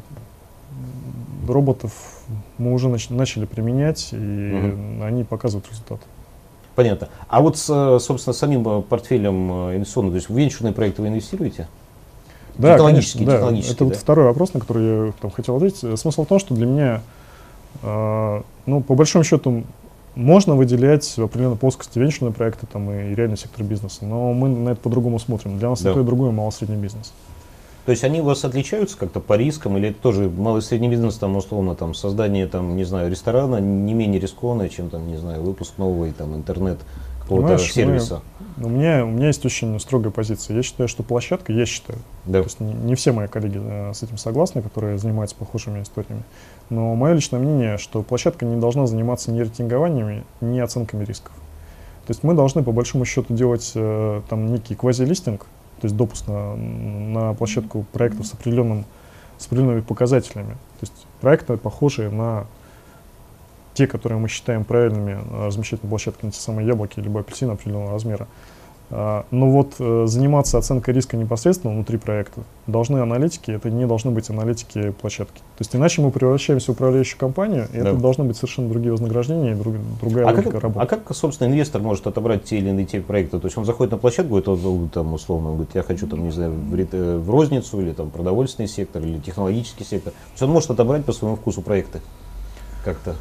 Speaker 2: роботов мы уже нач- начали применять, и
Speaker 1: Мгм.
Speaker 2: они показывают результат.
Speaker 1: Понятно. А вот, с, собственно, самим э, портфелем э, инвестиционным, то есть в венчурные проекты вы инвестируете?
Speaker 2: Да,
Speaker 1: технологически,
Speaker 2: конечно, да.
Speaker 1: технологически,
Speaker 2: Это
Speaker 1: да?
Speaker 2: вот второй вопрос, на который я там, хотел ответить. Смысл в том, что для меня, э, ну, по большому счету, можно выделять в определенной плоскости венчурные проекты там, и реальный сектор бизнеса, но мы на это по-другому смотрим. Для нас
Speaker 1: Да.
Speaker 2: и то, и другое малый-средний бизнес.
Speaker 1: То есть они у вас отличаются как-то по рискам, или это тоже малый и средний бизнес, там, условно, там, создание, там, не знаю, ресторана не менее рискованное, чем, там, не знаю, выпуск нового там, интернет какого-то
Speaker 2: Понимаешь,
Speaker 1: сервиса?
Speaker 2: Мы, у, меня, у меня есть очень строгая позиция. Я считаю, что площадка, я считаю,
Speaker 1: Да.
Speaker 2: то есть не, не все мои коллеги э, с этим согласны, которые занимаются похожими историями, но мое личное мнение, что площадка не должна заниматься ни рейтингованиями, ни оценками рисков. То есть мы должны по большому счету делать э, там некий квази-листинг, то есть допуск на, на площадку проектов с, определенным, с определенными показателями. То есть проекты, похожие на те, которые мы считаем правильными, размещать на площадке на те самые яблоки либо апельсины определенного размера. Но вот заниматься оценкой риска непосредственно внутри проекта должны аналитики, это не должны быть аналитики площадки. То есть иначе мы превращаемся в управляющую компанию, и да. это должны быть совершенно другие вознаграждения и друг, другая
Speaker 1: а
Speaker 2: логика
Speaker 1: как,
Speaker 2: работы.
Speaker 1: А как, собственно, инвестор может отобрать те или иные те проекты? То есть он заходит на площадку, говорит, он, там, условно, он говорит, я хочу, там, не знаю, в, в розницу, или там, продовольственный сектор, или технологический сектор. То есть он может отобрать по своему вкусу проекты как-то?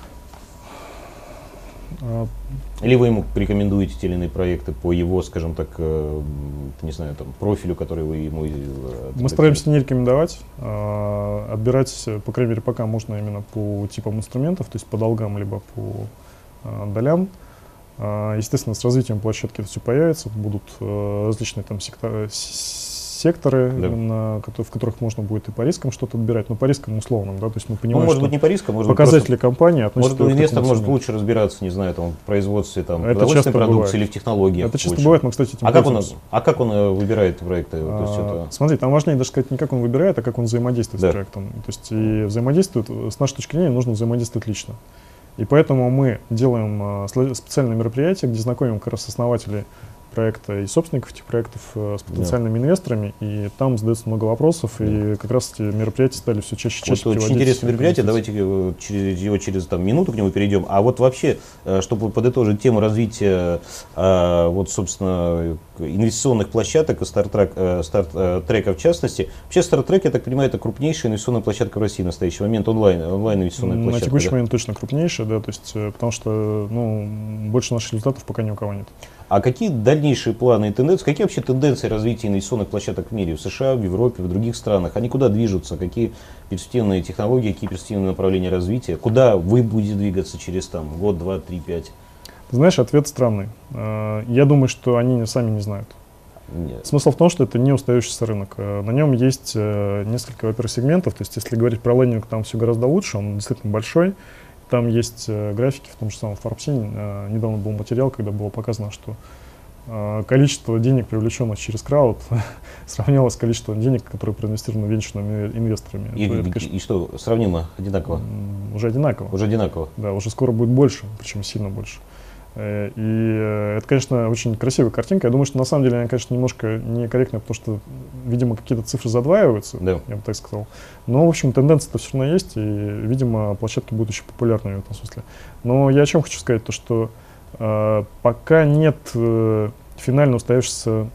Speaker 1: Или вы ему рекомендуете те или иные проекты по его, скажем так, э, не знаю, там, профилю, который вы ему... Э,
Speaker 2: Мы стараемся не рекомендовать, а отбирать, по крайней мере, пока можно именно по типам инструментов, то есть по долгам, либо по а, долям. А, естественно, с развитием площадки это все появится, будут а, различные там сектора, секторы,
Speaker 1: да.
Speaker 2: на, в которых можно будет и по рискам что-то отбирать, но по рискам условным, да, то есть мы понимаем,
Speaker 1: ну, может
Speaker 2: что
Speaker 1: быть, не по рискам, может
Speaker 2: показатели
Speaker 1: быть,
Speaker 2: компании относятся.
Speaker 1: Может, инвестор может лучше разбираться, не знаю, там, в производстве там,
Speaker 2: это
Speaker 1: продовольственной продукции или в технологиях.
Speaker 2: Это часто
Speaker 1: лучше.
Speaker 2: бывает, мы, кстати, этим
Speaker 1: а как, он, а как он выбирает проекты?
Speaker 2: А,
Speaker 1: То есть это...
Speaker 2: Смотри, там важнее даже сказать не как он выбирает, а как он взаимодействует да. с проектом. То есть и взаимодействует, с нашей точки зрения, нужно взаимодействовать лично. И поэтому мы делаем специальные мероприятия, где знакомим как раз основателей проекта и собственников этих проектов э, с потенциальными да. инвесторами, и там задается много вопросов, да. и как раз эти мероприятия стали все чаще и чаще.
Speaker 1: Вот очень интересное мероприятие, давайте его через, его через там, минуту к нему перейдем. А вот вообще, чтобы подытожить тему развития, вот, собственно, инвестиционных площадок и старт-трека старт в частности, вообще StarTrack, я так понимаю, это крупнейшая инвестиционная площадка в России в настоящий момент, онлайн, онлайн инвестиционная
Speaker 2: На
Speaker 1: площадка.
Speaker 2: На текущий
Speaker 1: да?
Speaker 2: момент точно крупнейшая, да, то есть, потому что ну, больше наших результатов пока ни у кого нет.
Speaker 1: А какие дальнейшие планы и тенденции, какие вообще тенденции развития инвестиционных площадок в мире, в США, в Европе, в других странах? Они куда движутся? Какие перспективные технологии, какие перспективные направления развития? Куда вы будете двигаться через там, год, два, три, пять?
Speaker 2: Знаешь, ответ странный. Я думаю, что они сами не знают.
Speaker 1: Нет.
Speaker 2: Смысл в том, что это не устоявшийся рынок. На нем есть несколько, во-первых, сегментов. То есть, если говорить про лендинг, там все гораздо лучше, он действительно большой. Там есть э, графики, в том же самом Forbes. Э, недавно был материал, когда было показано, что э, количество денег, привлеченных через крауд, сравнялось с количеством денег, которые проинвестированы венчурными инвесторами.
Speaker 1: И, это, конечно, и что, сравнимо, одинаково?
Speaker 2: Уже одинаково.
Speaker 1: Уже одинаково.
Speaker 2: Да, уже скоро будет больше, причем сильно больше. Э, и э, это, конечно, очень красивая картинка. Я думаю, что на самом деле она, конечно, немножко некорректная, потому что, видимо, какие-то цифры задваиваются,
Speaker 1: да.
Speaker 2: я бы так сказал. Но, в общем, тенденция-то все равно есть, и, видимо, площадки будут еще популярными в этом смысле. Но я о чем хочу сказать, то что э, пока нет э, финально устоявшейся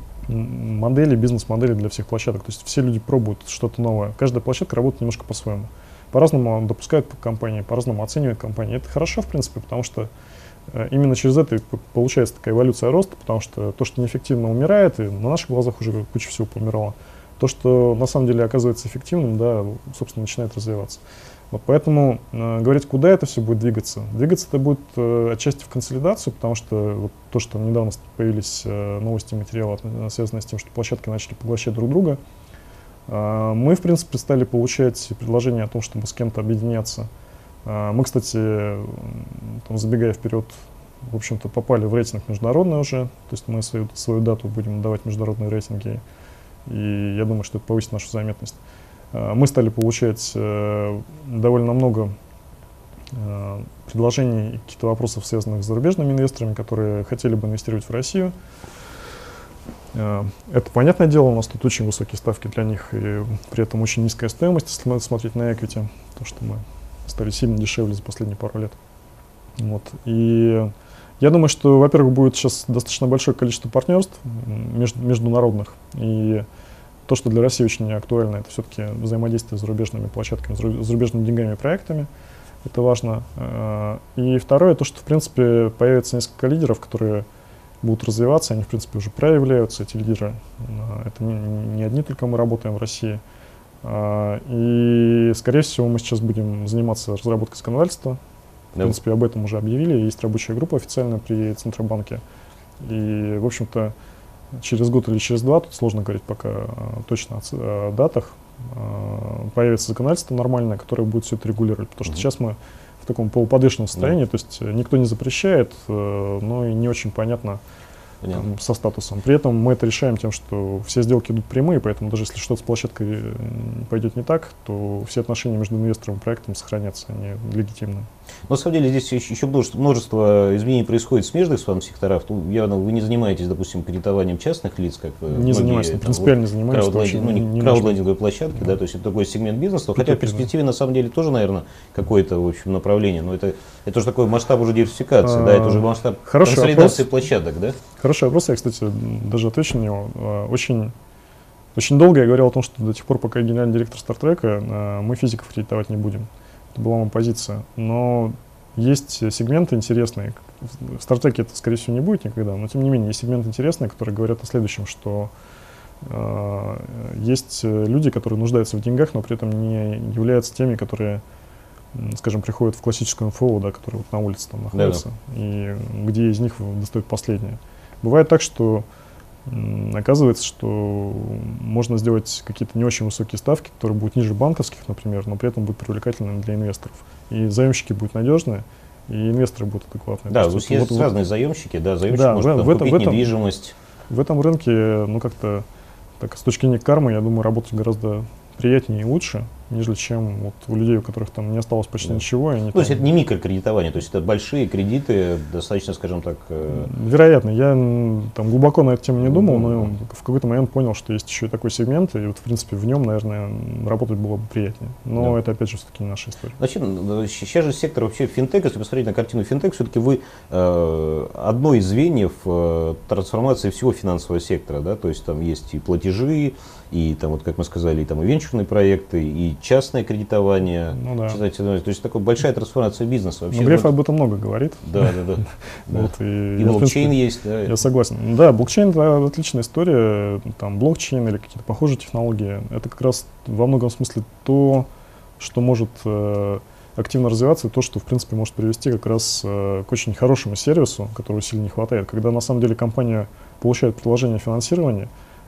Speaker 2: модели, бизнес-модели для всех площадок. То есть все люди пробуют что-то новое. Каждая площадка работает немножко по-своему. По-разному допускают компании, по-разному оценивают компании. Это хорошо, в принципе, потому что именно через это получается такая эволюция роста, потому что то, что неэффективно, умирает, и на наших глазах уже куча всего помирала. То, что на самом деле оказывается эффективным, да, собственно, начинает развиваться. Вот поэтому э, говорить, куда это все будет двигаться. Двигаться это будет э, отчасти в консолидацию, потому что вот то, что недавно появились э, новости, материалы, связанные с тем, что площадки начали поглощать друг друга, э, мы, в принципе, стали получать предложения о том, чтобы с кем-то объединяться. Э, мы, кстати, там, забегая вперед, в общем-то, попали в рейтинг международный уже, то есть мы свою, свою дату будем давать международные рейтинги, и я думаю, что это повысит нашу заметность. Мы стали получать э, довольно много э, предложений и каких-то вопросов, связанных с зарубежными инвесторами, которые хотели бы инвестировать в Россию. Э, это понятное дело, у нас тут очень высокие ставки для них, и при этом очень низкая стоимость, если смотреть на equity, то, что мы стали сильно дешевле за последние пару лет. Вот. И я думаю, что, во-первых, будет сейчас достаточно большое количество партнерств между, международных, и то, что для России очень актуально, это все-таки взаимодействие с зарубежными площадками, с зарубежными деньгами и проектами. Это важно. И второе, то, что, в принципе, появится несколько лидеров, которые будут развиваться, они, в принципе, уже проявляются, эти лидеры. Это не, не одни только мы работаем в России. И, скорее всего, мы сейчас будем заниматься разработкой законодательства. В да. принципе, об этом уже объявили. Есть рабочая группа официально при Центробанке. И, в общем-то, через год или через два, тут сложно говорить пока точно о, о датах, появится законодательство нормальное, которое будет все это регулировать. Потому что mm-hmm. сейчас мы в таком полуподвешенном состоянии, mm-hmm. то есть никто не запрещает, но и не очень понятно там, со статусом. При этом мы это решаем тем, что все сделки идут прямые, поэтому даже если что-то с площадкой пойдет не так, то все отношения между инвестором и проектом сохранятся, они легитимны.
Speaker 1: Но, на самом деле здесь еще множество, множество изменений происходит в смежных с вами секторах. Ну, явно вы не занимаетесь, допустим, кредитованием частных лиц, как
Speaker 2: не занимаюсь, принципиально не занимаюсь.
Speaker 1: Краудлендинг, ну, не краудлендинговые площадки, да. да, то есть это такой сегмент бизнеса. Хотя в перспективе на самом деле тоже, наверное, какое-то в общем направление. Но это, это уже такой масштаб уже диверсификации, а, да, это уже масштаб консолидации площадок, да?
Speaker 2: Хороший вопрос, я, кстати, даже отвечу на него. Очень, очень долго я говорил о том, что до тех пор, пока я генеральный директор Стартрека, мы физиков кредитовать не будем. Это была моя позиция. Но есть сегменты интересные. В Стартеке это, скорее всего, не будет никогда, но тем не менее есть сегменты интересные, которые говорят о следующем, что э, есть люди, которые нуждаются в деньгах, но при этом не являются теми, которые, скажем, приходят в классическую эн эф о, да, которые вот на улице там находятся, да-да. И где из них достают последнее. Бывает так, что оказывается, что можно сделать какие-то не очень высокие ставки, которые будут ниже банковских, например, но при этом будут привлекательными для инвесторов. И заемщики будут надежные, и инвесторы будут адекватные.
Speaker 1: Да, то есть есть вот, разные вот, заемщики, да, заемщик да, может в, там, в этом, купить в этом, недвижимость.
Speaker 2: В этом рынке, ну как-то, так, с точки зрения кармы, я думаю, работать гораздо приятнее и лучше, нежели чем вот у людей, у которых там не осталось почти да. ничего. И они
Speaker 1: ну,
Speaker 2: там...
Speaker 1: То есть это не микрокредитование, то есть это большие кредиты, достаточно, скажем так... Э...
Speaker 2: Вероятно. Я там глубоко на эту тему не думал, но в какой-то момент понял, что есть еще и такой сегмент, и вот, в принципе, в нем, наверное, работать было бы приятнее. Но да. это, опять же, все-таки не наша история.
Speaker 1: Значит, сейчас же сектор вообще финтех, если посмотреть на картину финтех, все-таки вы э, одно из звеньев э, трансформации всего финансового сектора, да, то есть там есть и платежи, и там, вот как мы сказали, и там и венчурные проекты, и частное кредитование. Ну, да. То есть такая большая трансформация бизнеса. Вообще,
Speaker 2: ну, Греф
Speaker 1: вот,
Speaker 2: об этом много говорит.
Speaker 1: Да, да, да.
Speaker 2: Вот, и
Speaker 1: и
Speaker 2: я,
Speaker 1: блокчейн
Speaker 2: принципе,
Speaker 1: есть, да.
Speaker 2: Я согласен. Да, блокчейн это отличная история. Там блокчейн или какие-то похожие технологии. Это как раз во многом смысле то, что может э, активно развиваться, и то, что в принципе может привести как раз э, к очень хорошему сервису, которого сильно не хватает. Когда на самом деле компания получает предложение финансирования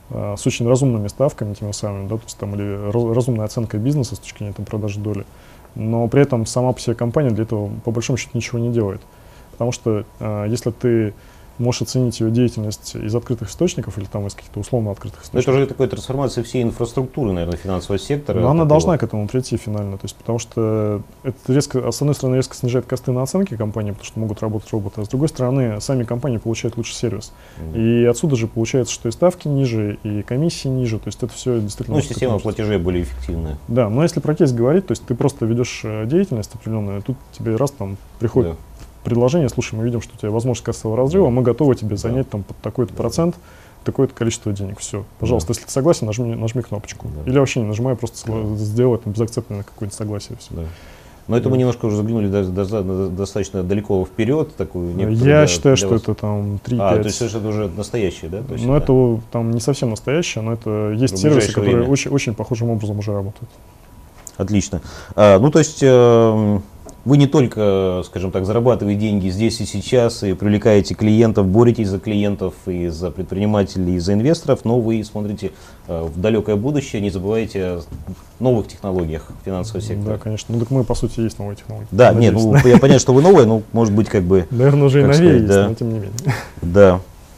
Speaker 2: с очень разумными ставками, теми самыми, да, то есть там или разумной оценкой бизнеса с точки зрения там, продажи доли, но при этом сама по себе компания для этого по большому счету ничего не делает. Потому что э, если ты можешь оценить ее деятельность из открытых источников или там из каких-то условно открытых источников.
Speaker 1: Но это уже такая трансформация всей инфраструктуры, наверное, финансового сектора.
Speaker 2: Но она должна к этому прийти финально, то есть потому что это резко, с одной стороны, резко снижает косты на оценки компании, потому что могут работать роботы, а с другой стороны, сами компании получают лучший сервис. Mm-hmm. И отсюда же получается, что и ставки ниже, и комиссии ниже, то есть это все действительно...
Speaker 1: Ну, система платежей более эффективная.
Speaker 2: Да, но если про кейс говорить, то есть ты просто ведешь деятельность определенную, тут тебе раз там приходит... Да. предложение, слушай, мы видим, что у тебя возможность кассового разрыва, мы готовы тебе занять там под такой-то процент, такое-то количество денег. Все, пожалуйста, да. если ты согласен, нажми, нажми кнопочку. Да. Или вообще не нажимай, просто да. сделай там безакцептное какое-нибудь согласие. Все.
Speaker 1: Да. Но это да. мы немножко уже заглянули до, до, до, достаточно далеко вперед. Такую
Speaker 2: Я для, считаю, для что вас... это там три-пять.
Speaker 1: А, то есть это уже настоящее, да? То есть
Speaker 2: ну,
Speaker 1: это...
Speaker 2: это там не совсем настоящее, но это есть сервисы, которые очень, очень похожим образом уже работают. Отлично.
Speaker 1: А, ну, то есть... Э, Вы не только, скажем так, зарабатываете деньги здесь и сейчас, и привлекаете клиентов, боретесь за клиентов, и за предпринимателей, и за инвесторов, но вы смотрите э, в далекое будущее, не забывайте о новых технологиях финансового сектора.
Speaker 2: Да, конечно. Ну так мы, по сути, есть новые технологии.
Speaker 1: Да, нет, ну, я понимаю, что вы новые, но может быть как бы...
Speaker 2: Наверное, уже и новее есть, да. но тем не менее.
Speaker 1: Да.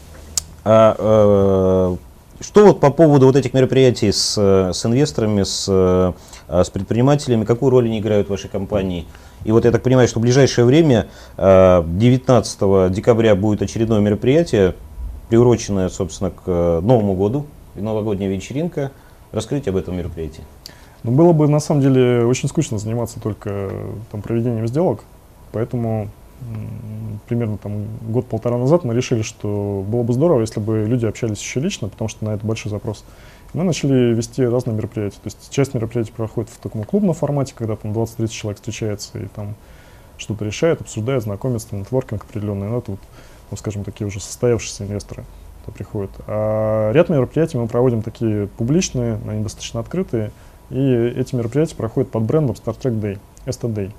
Speaker 1: А, а, что вот по поводу вот этих мероприятий с, с инвесторами, с, с предпринимателями, какую роль они играют в вашей компании? И вот я так понимаю, что в ближайшее время, девятнадцатого декабря, будет очередное мероприятие, приуроченное, собственно, к Новому году, новогодняя вечеринка. Расскажите об этом мероприятии.
Speaker 2: Ну, было бы, на самом деле, очень скучно заниматься только там, проведением сделок, поэтому м, примерно там, год-полтора назад мы решили, что было бы здорово, если бы люди общались еще лично, потому что на это большой запрос. мы начали вести разные мероприятия. То есть часть мероприятий проходит в таком клубном формате, когда там двадцать-тридцать человек встречается и там что-то решает, обсуждает, знакомится, нетворкинг определенный. Ну, это вот, ну, скажем, такие уже состоявшиеся инвесторы, кто приходит. А ряд мероприятий мы проводим такие публичные, они достаточно открытые. И эти мероприятия проходят под брендом Star Trek Day, эс ти Day.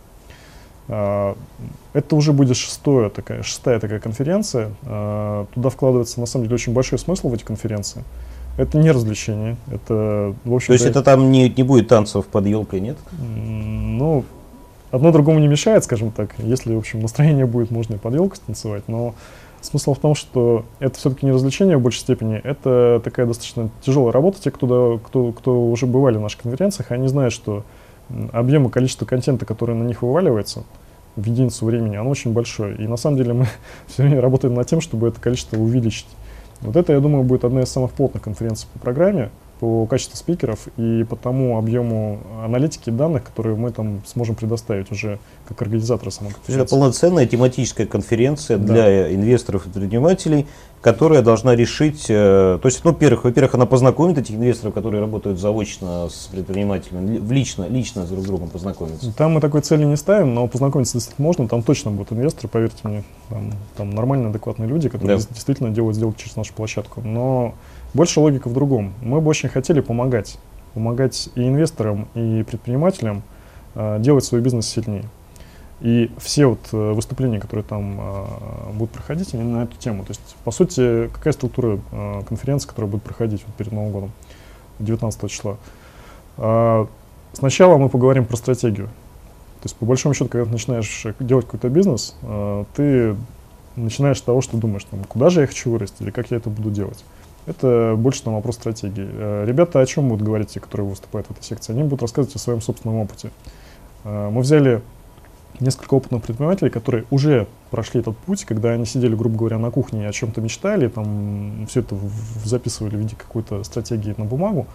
Speaker 2: Это уже будет шестая такая, шестая такая конференция. Туда вкладывается, на самом деле, очень большой смысл в эти конференции. Это не развлечение. Это, в общем,
Speaker 1: То есть это там не, не будет танцев под елкой, нет?
Speaker 2: Ну, одно другому не мешает, скажем так. Если, в общем, настроение будет, можно и под елкой танцевать. Но смысл в том, что это все-таки не развлечение в большей степени. Это такая достаточно тяжелая работа. Те, кто, кто, кто уже бывали на наших конференциях, они знают, что объем и количество контента, который на них вываливается в единицу времени, оно очень большое. И на самом деле мы все время работаем над тем, чтобы это количество увеличить. Вот это, я думаю, будет одна из самых плотных конференций по программе, по качеству спикеров и по тому объему аналитики данных, которые мы там сможем предоставить уже как организаторы самой конференции.
Speaker 1: Это полноценная тематическая конференция, да, для инвесторов и предпринимателей, которая должна решить, э, то есть, ну, во-первых, во-первых, она познакомит этих инвесторов, которые работают заочно с предпринимателями, лично, лично с друг с другом познакомиться.
Speaker 2: Там мы такой цели не ставим, но познакомиться действительно можно, там точно будут инвесторы, поверьте мне, там, там нормальные, адекватные люди, которые, да, действительно делают сделки через нашу площадку. Но больше логика в другом. Мы бы очень хотели помогать, помогать и инвесторам, и предпринимателям э, делать свой бизнес сильнее. И все вот э, выступления, которые там э, будут проходить, они на эту тему. То есть, по сути, какая структура э, конференции, которая будет проходить вот перед Новым годом, девятнадцатого числа? Э, сначала мы поговорим про стратегию. То есть, по большому счету, когда ты начинаешь делать какой-то бизнес, э, ты начинаешь с того, что думаешь, там, куда же я хочу вырасти или как я это буду делать. Это больше там вопрос стратегии. Э, ребята о чем будут говорить, те, которые выступают в этой секции? Они будут рассказывать о своем собственном опыте. Э, мы взяли несколько опытных предпринимателей, которые уже прошли этот путь, когда они сидели, грубо говоря, на кухне и о чем-то мечтали, там все это в, записывали в виде какой-то стратегии на бумагу,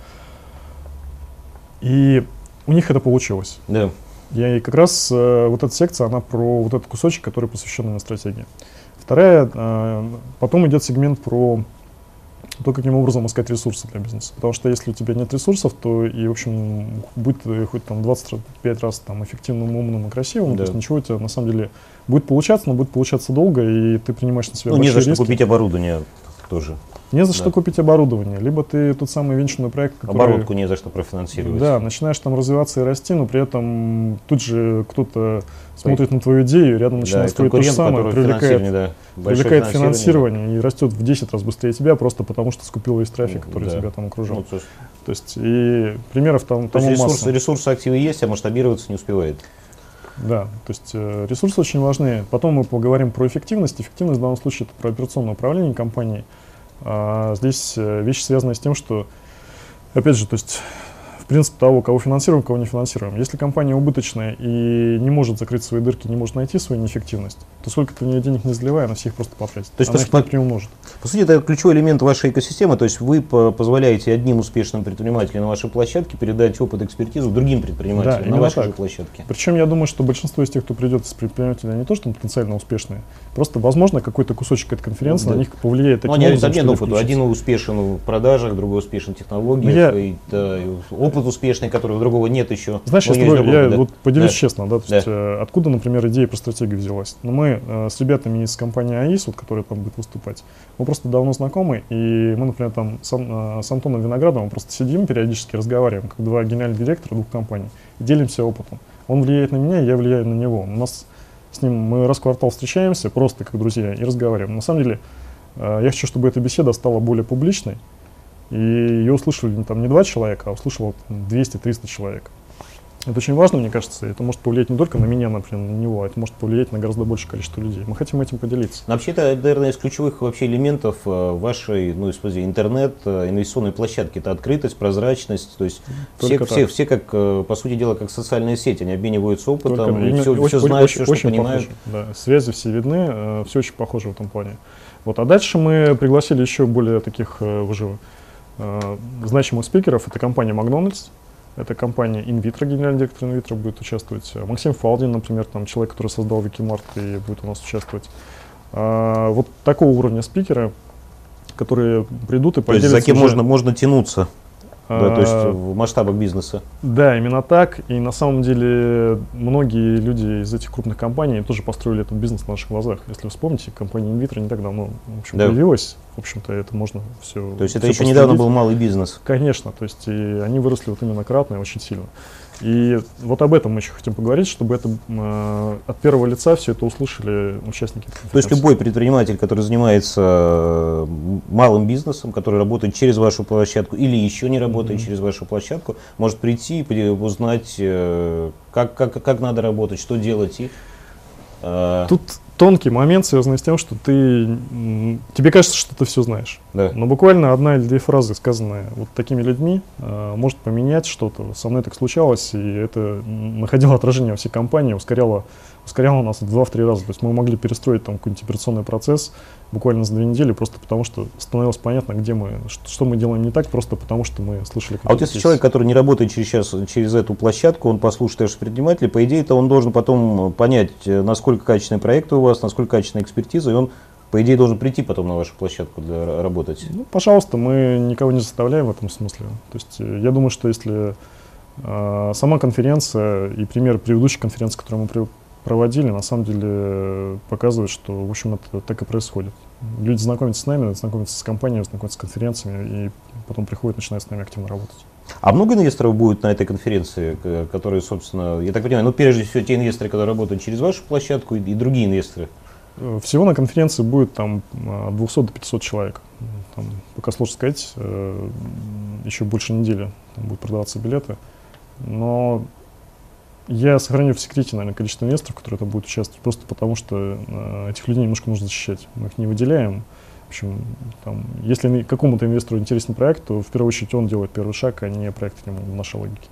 Speaker 2: и у них это получилось.
Speaker 1: Да.
Speaker 2: И как раз э, вот эта секция, она про вот этот кусочек, который посвящен именно стратегии. Вторая, э, потом идет сегмент про то, каким образом искать ресурсы для бизнеса. Потому что если у тебя нет ресурсов, то и, в общем, будь ты хоть там двадцать пять раз там эффективным, умным и красивым, да, то есть ничего у тебя на самом деле будет получаться, но будет получаться долго, и ты принимаешь на себя
Speaker 1: ну,
Speaker 2: большие
Speaker 1: не за
Speaker 2: риски.
Speaker 1: что купить оборудование тоже.
Speaker 2: Не за
Speaker 1: да.
Speaker 2: что купить оборудование. Либо ты тот самый венчурный проект, который...
Speaker 1: Оборотку не за что профинансировать.
Speaker 2: Да, начинаешь там развиваться и расти, но при этом тут же кто-то смотрит на твою идею, рядом начинает
Speaker 1: да,
Speaker 2: строить то же самое, привлекает,
Speaker 1: да,
Speaker 2: привлекает финансирование. финансирование и растет в десять раз быстрее тебя, просто потому что скупил весь трафик, который да. тебя там окружал. Ну, то, то есть и примеров там,
Speaker 1: то
Speaker 2: тому
Speaker 1: есть
Speaker 2: масса.
Speaker 1: Ресурсы, ресурсы активы есть, а масштабироваться не успевает.
Speaker 2: Да, то есть э, ресурсы очень важны. Потом мы поговорим про эффективность. Эффективность в данном случае это про операционное управление компанией. А здесь э, вещи, связанные с тем, что, опять же, то есть в принципе того, кого финансируем, кого не финансируем. Если компания убыточная и не может закрыть свои дырки, не может найти свою неэффективность, то сколько ты в нее денег не заливай, она всех просто потратит.
Speaker 1: То есть,
Speaker 2: она
Speaker 1: по,
Speaker 2: их не умножит.
Speaker 1: По сути, это ключевой элемент вашей экосистемы, то есть вы по позволяете одним успешным предпринимателям на вашей площадке передать опыт, экспертизу другим предпринимателям да, на вашей же площадке.
Speaker 2: Причем я думаю, что большинство из тех, кто придет из предпринимателей, они тоже там потенциально успешные. Просто, возможно, какой-то кусочек этой конференции да. на них повлияет таким
Speaker 1: ну,
Speaker 2: образом,
Speaker 1: обмен опыту. Один успешен в продажах, другой успешен в технологиях, я... и, да, и опыт успешный, который у другого нет еще.
Speaker 2: Знаешь, я,
Speaker 1: другого,
Speaker 2: я
Speaker 1: да.
Speaker 2: вот поделюсь
Speaker 1: да.
Speaker 2: честно, да, то
Speaker 1: да.
Speaker 2: есть, э, откуда, например, идея про стратегию взялась. Но мы э, с ребятами из компании АИС, вот, которые там будут выступать, мы просто давно знакомы, и мы, например, там с, э, с Антоном Виноградовым просто сидим, периодически разговариваем, как два генеральных директора двух компаний, и делимся опытом. Он влияет на меня, я влияю на него. У нас с ним мы раз в квартал встречаемся, просто как друзья, и разговариваем. На самом деле, э, я хочу, чтобы эта беседа стала более публичной, и ее услышали там не два человека, а услышало двести-триста человек. Это очень важно, мне кажется, это может повлиять не только на меня, например, на него, а это может повлиять на гораздо большее количество людей. Мы хотим этим поделиться.
Speaker 1: Но вообще, это, наверное, из ключевых вообще элементов вашей, ну, используя интернет, инвестиционной площадки. Это открытость, прозрачность, то есть все, все, все, как, по сути дела, как социальные сети, они обмениваются опытом, только, и все, все знают, все, что понимают.
Speaker 2: Да, связи все видны, все очень похоже в этом плане. Вот, а дальше мы пригласили еще более таких уже значимых спикеров. Это компания Макдональдс. Это компания Инвитро, генеральный директор Инвитро будет участвовать. Максим Фалдин, например, там человек, который создал Викимарт и будет у нас участвовать. А, вот такого уровня спикеры, которые придут и поделятся.
Speaker 1: То есть за кем уже... можно, можно тянуться? Да, то есть в масштабах бизнеса.
Speaker 2: Да, именно так. И на самом деле многие люди из этих крупных компаний тоже построили этот бизнес на наших глазах. Если вы вспомните, компания инвитро не так давно в общем, да. появилась. В общем-то, это можно все.
Speaker 1: То есть это еще недавно был малый бизнес.
Speaker 2: Конечно, то есть и они выросли вот именно кратно и очень сильно. И вот об этом мы еще хотим поговорить, чтобы это э, от первого лица все это услышали участники.
Speaker 1: То есть любой предприниматель, который занимается малым бизнесом, который работает через вашу площадку или еще не работает mm-hmm. через вашу площадку, может прийти и узнать, э, как, как, как надо работать, что делать. И, э...
Speaker 2: Тут тонкий момент, связанный с тем, что ты, тебе кажется, что ты все знаешь.
Speaker 1: Да.
Speaker 2: Но буквально одна или две фразы, сказанные вот такими людьми, э, может поменять что-то. Со мной так случалось, и это находило отражение во всей компании, ускоряло, ускоряло нас в два-три раза. То есть мы могли перестроить там какой-нибудь операционный процесс буквально за две недели, просто потому что становилось понятно, где мы, что, что мы делаем не так, просто потому что мы слышали.
Speaker 1: А вот если здесь. Человек, который не работает через, через эту площадку, он послушает наших предпринимателей, по идее-то он должен потом понять, насколько качественные проекты у вас, насколько качественная экспертиза, и он, по идее, должен прийти потом на вашу площадку для работать.
Speaker 2: Ну, пожалуйста, мы никого не заставляем в этом смысле. То есть я думаю, что если э, сама конференция и пример предыдущей конференции, которую мы при, проводили, на самом деле показывают, что, в общем, это так и происходит. Люди знакомятся с нами, знакомятся с компаниями, знакомятся с конференциями, и потом приходят, начинают с нами активно работать.
Speaker 1: А много инвесторов будет на этой конференции, которые, собственно, я так понимаю, ну, прежде всего, те инвесторы, которые работают через вашу площадку, и, и другие инвесторы?
Speaker 2: Всего на конференции будет там от двухсот до пятисот человек. Там, пока сложно сказать, еще больше недели там будут продаваться билеты. Но я сохраню в секрете, наверное, количество инвесторов, которые там будут участвовать, просто потому что этих людей немножко нужно защищать. Мы их не выделяем. В общем, там, если какому-то инвестору интересен проект, то в первую очередь он делает первый шаг, а не проект ему в нашей логике.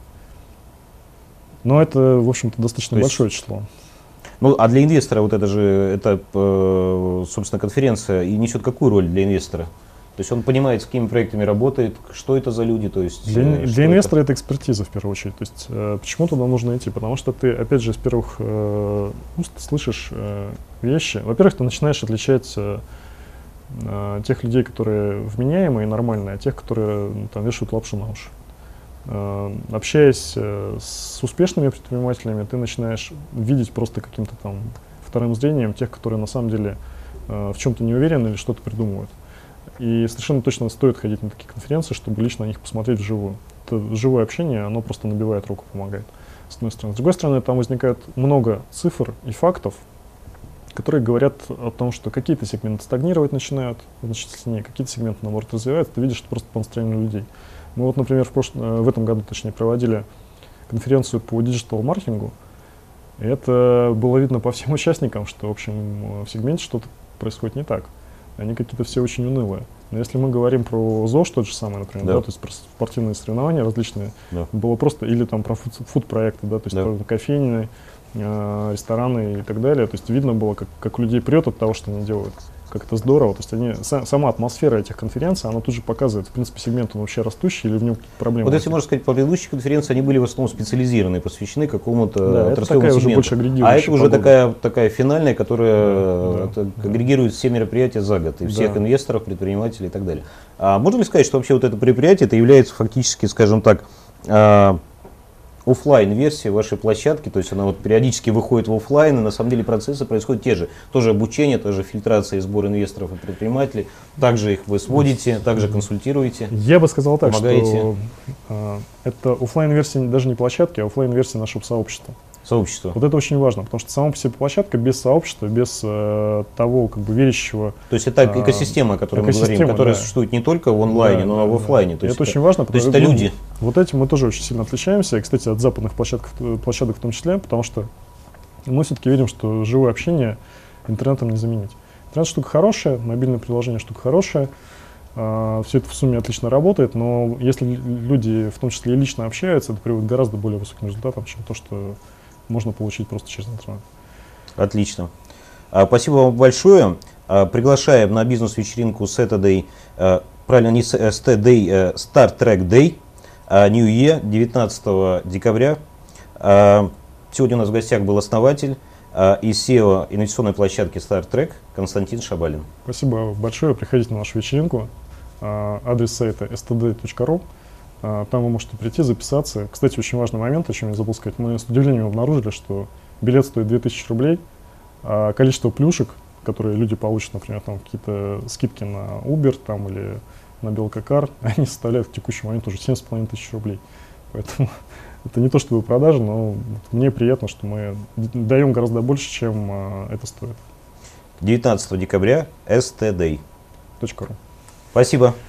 Speaker 2: Но это, в общем-то, достаточно то большое есть, число.
Speaker 1: Ну, а для инвестора вот это же, это, собственно, конференция и несет какую роль для инвестора? То есть он понимает, с какими проектами работает, что это за люди, то есть...
Speaker 2: Для, для инвестора это? это экспертиза, в первую очередь. То есть э, почему туда нужно идти? Потому что ты, опять же, с первых э, уст слышишь э, вещи. Во-первых, ты начинаешь отличать э, э, тех людей, которые вменяемые и нормальные, от тех, которые ну, там, вешают лапшу на уши. Э, общаясь э, с успешными предпринимателями, ты начинаешь видеть просто каким-то там вторым зрением тех, которые на самом деле э, в чем-то не уверены или что-то придумывают. И совершенно точно стоит ходить на такие конференции, чтобы лично на них посмотреть вживую. Это живое общение, оно просто набивает руку, помогает, с одной стороны. С другой стороны, там возникает много цифр и фактов, которые говорят о том, что какие-то сегменты стагнировать начинают значительно сильнее, какие-то сегменты, наоборот, развиваются. Ты видишь это просто по настроению людей. Мы вот, например, в, прошлом, в этом году, точнее, проводили конференцию по диджитал-маркетингу. И это было видно по всем участникам, что, в общем, в сегменте что-то происходит не так. Они какие-то все очень унылые. Но если мы говорим про ЗОЖ, тот же самый, например, да. Да, то есть про спортивные соревнования различные, да. Было просто, или там про фуд-проекты, да, то есть да. Про кофейни, э, рестораны и так далее. То есть видно было, как, как людей прет от того, что они делают. Как это здорово. То есть они, са, сама атмосфера этих конференций, она тут же показывает, в принципе, сегмент он вообще растущий или в нем какие-то проблемы.
Speaker 1: Вот если можно сказать, по предыдущей конференции они были в основном специализированы, посвящены какому-то
Speaker 2: да,
Speaker 1: отраслевому сегменту.
Speaker 2: Уже больше
Speaker 1: а это уже такая, такая финальная, которая
Speaker 2: да, да,
Speaker 1: агрегирует да. все мероприятия за год, и
Speaker 2: да.
Speaker 1: всех инвесторов, предпринимателей и так далее. А можно ли сказать, что вообще вот это предприятие, это является фактически, скажем так, офлайн-версия вашей площадки, то есть она вот периодически выходит в офлайн, и на самом деле процессы происходят те же. Тоже обучение, тоже фильтрация и сбор инвесторов и предпринимателей. Также их вы сводите, также консультируете.
Speaker 2: Я бы сказал так,
Speaker 1: помогаете.
Speaker 2: Что э, это офлайн-версия даже не площадки, а офлайн-версия нашего сообщества.
Speaker 1: Сообщество.
Speaker 2: Вот это очень важно, потому что сама по себе площадка без сообщества, без э, того как бы верящего...
Speaker 1: То есть это экосистема, о которой мы говорим, которая да. существует не только в онлайне, да, но и да, в офлайне.
Speaker 2: Да.
Speaker 1: То есть
Speaker 2: это,
Speaker 1: это
Speaker 2: очень важно, потому
Speaker 1: что это люди.
Speaker 2: Вот этим мы тоже очень сильно отличаемся, и, кстати, от западных площадок, площадок в том числе, потому что мы все-таки видим, что живое общение интернетом не заменить. Интернет штука хорошая, мобильное приложение штука хорошая, э, все это в сумме отлично работает, но если люди в том числе и лично общаются, это приводит к гораздо более высоким результатам, чем то, что можно получить просто через интернет.
Speaker 1: Отлично. А, спасибо вам большое. А, приглашаем на бизнес-вечеринку Saturday, а, правильно, не Saturday, а Star Trek Day, а, New Year, девятнадцатого декабря. А, сегодня у нас в гостях был основатель а, и си и о инвестиционной площадки Star Trek Константин Шабалин.
Speaker 2: Спасибо большое. Приходите на нашу вечеринку. А, адрес сайта эс тэ дэ точка ру. Там вы можете прийти, записаться. Кстати, очень важный момент, о чем я забыл сказать. Мы с удивлением обнаружили, что билет стоит две тысячи рублей, а количество плюшек, которые люди получат, например, там какие-то скидки на Uber там, или на Белкакар, они составляют в текущий момент уже семь с половиной тысяч рублей. Поэтому это не то чтобы продажа, но мне приятно, что мы даем гораздо больше, чем это стоит.
Speaker 1: девятнадцатого декабря эс тэ дэй
Speaker 2: точка ру.
Speaker 1: Спасибо.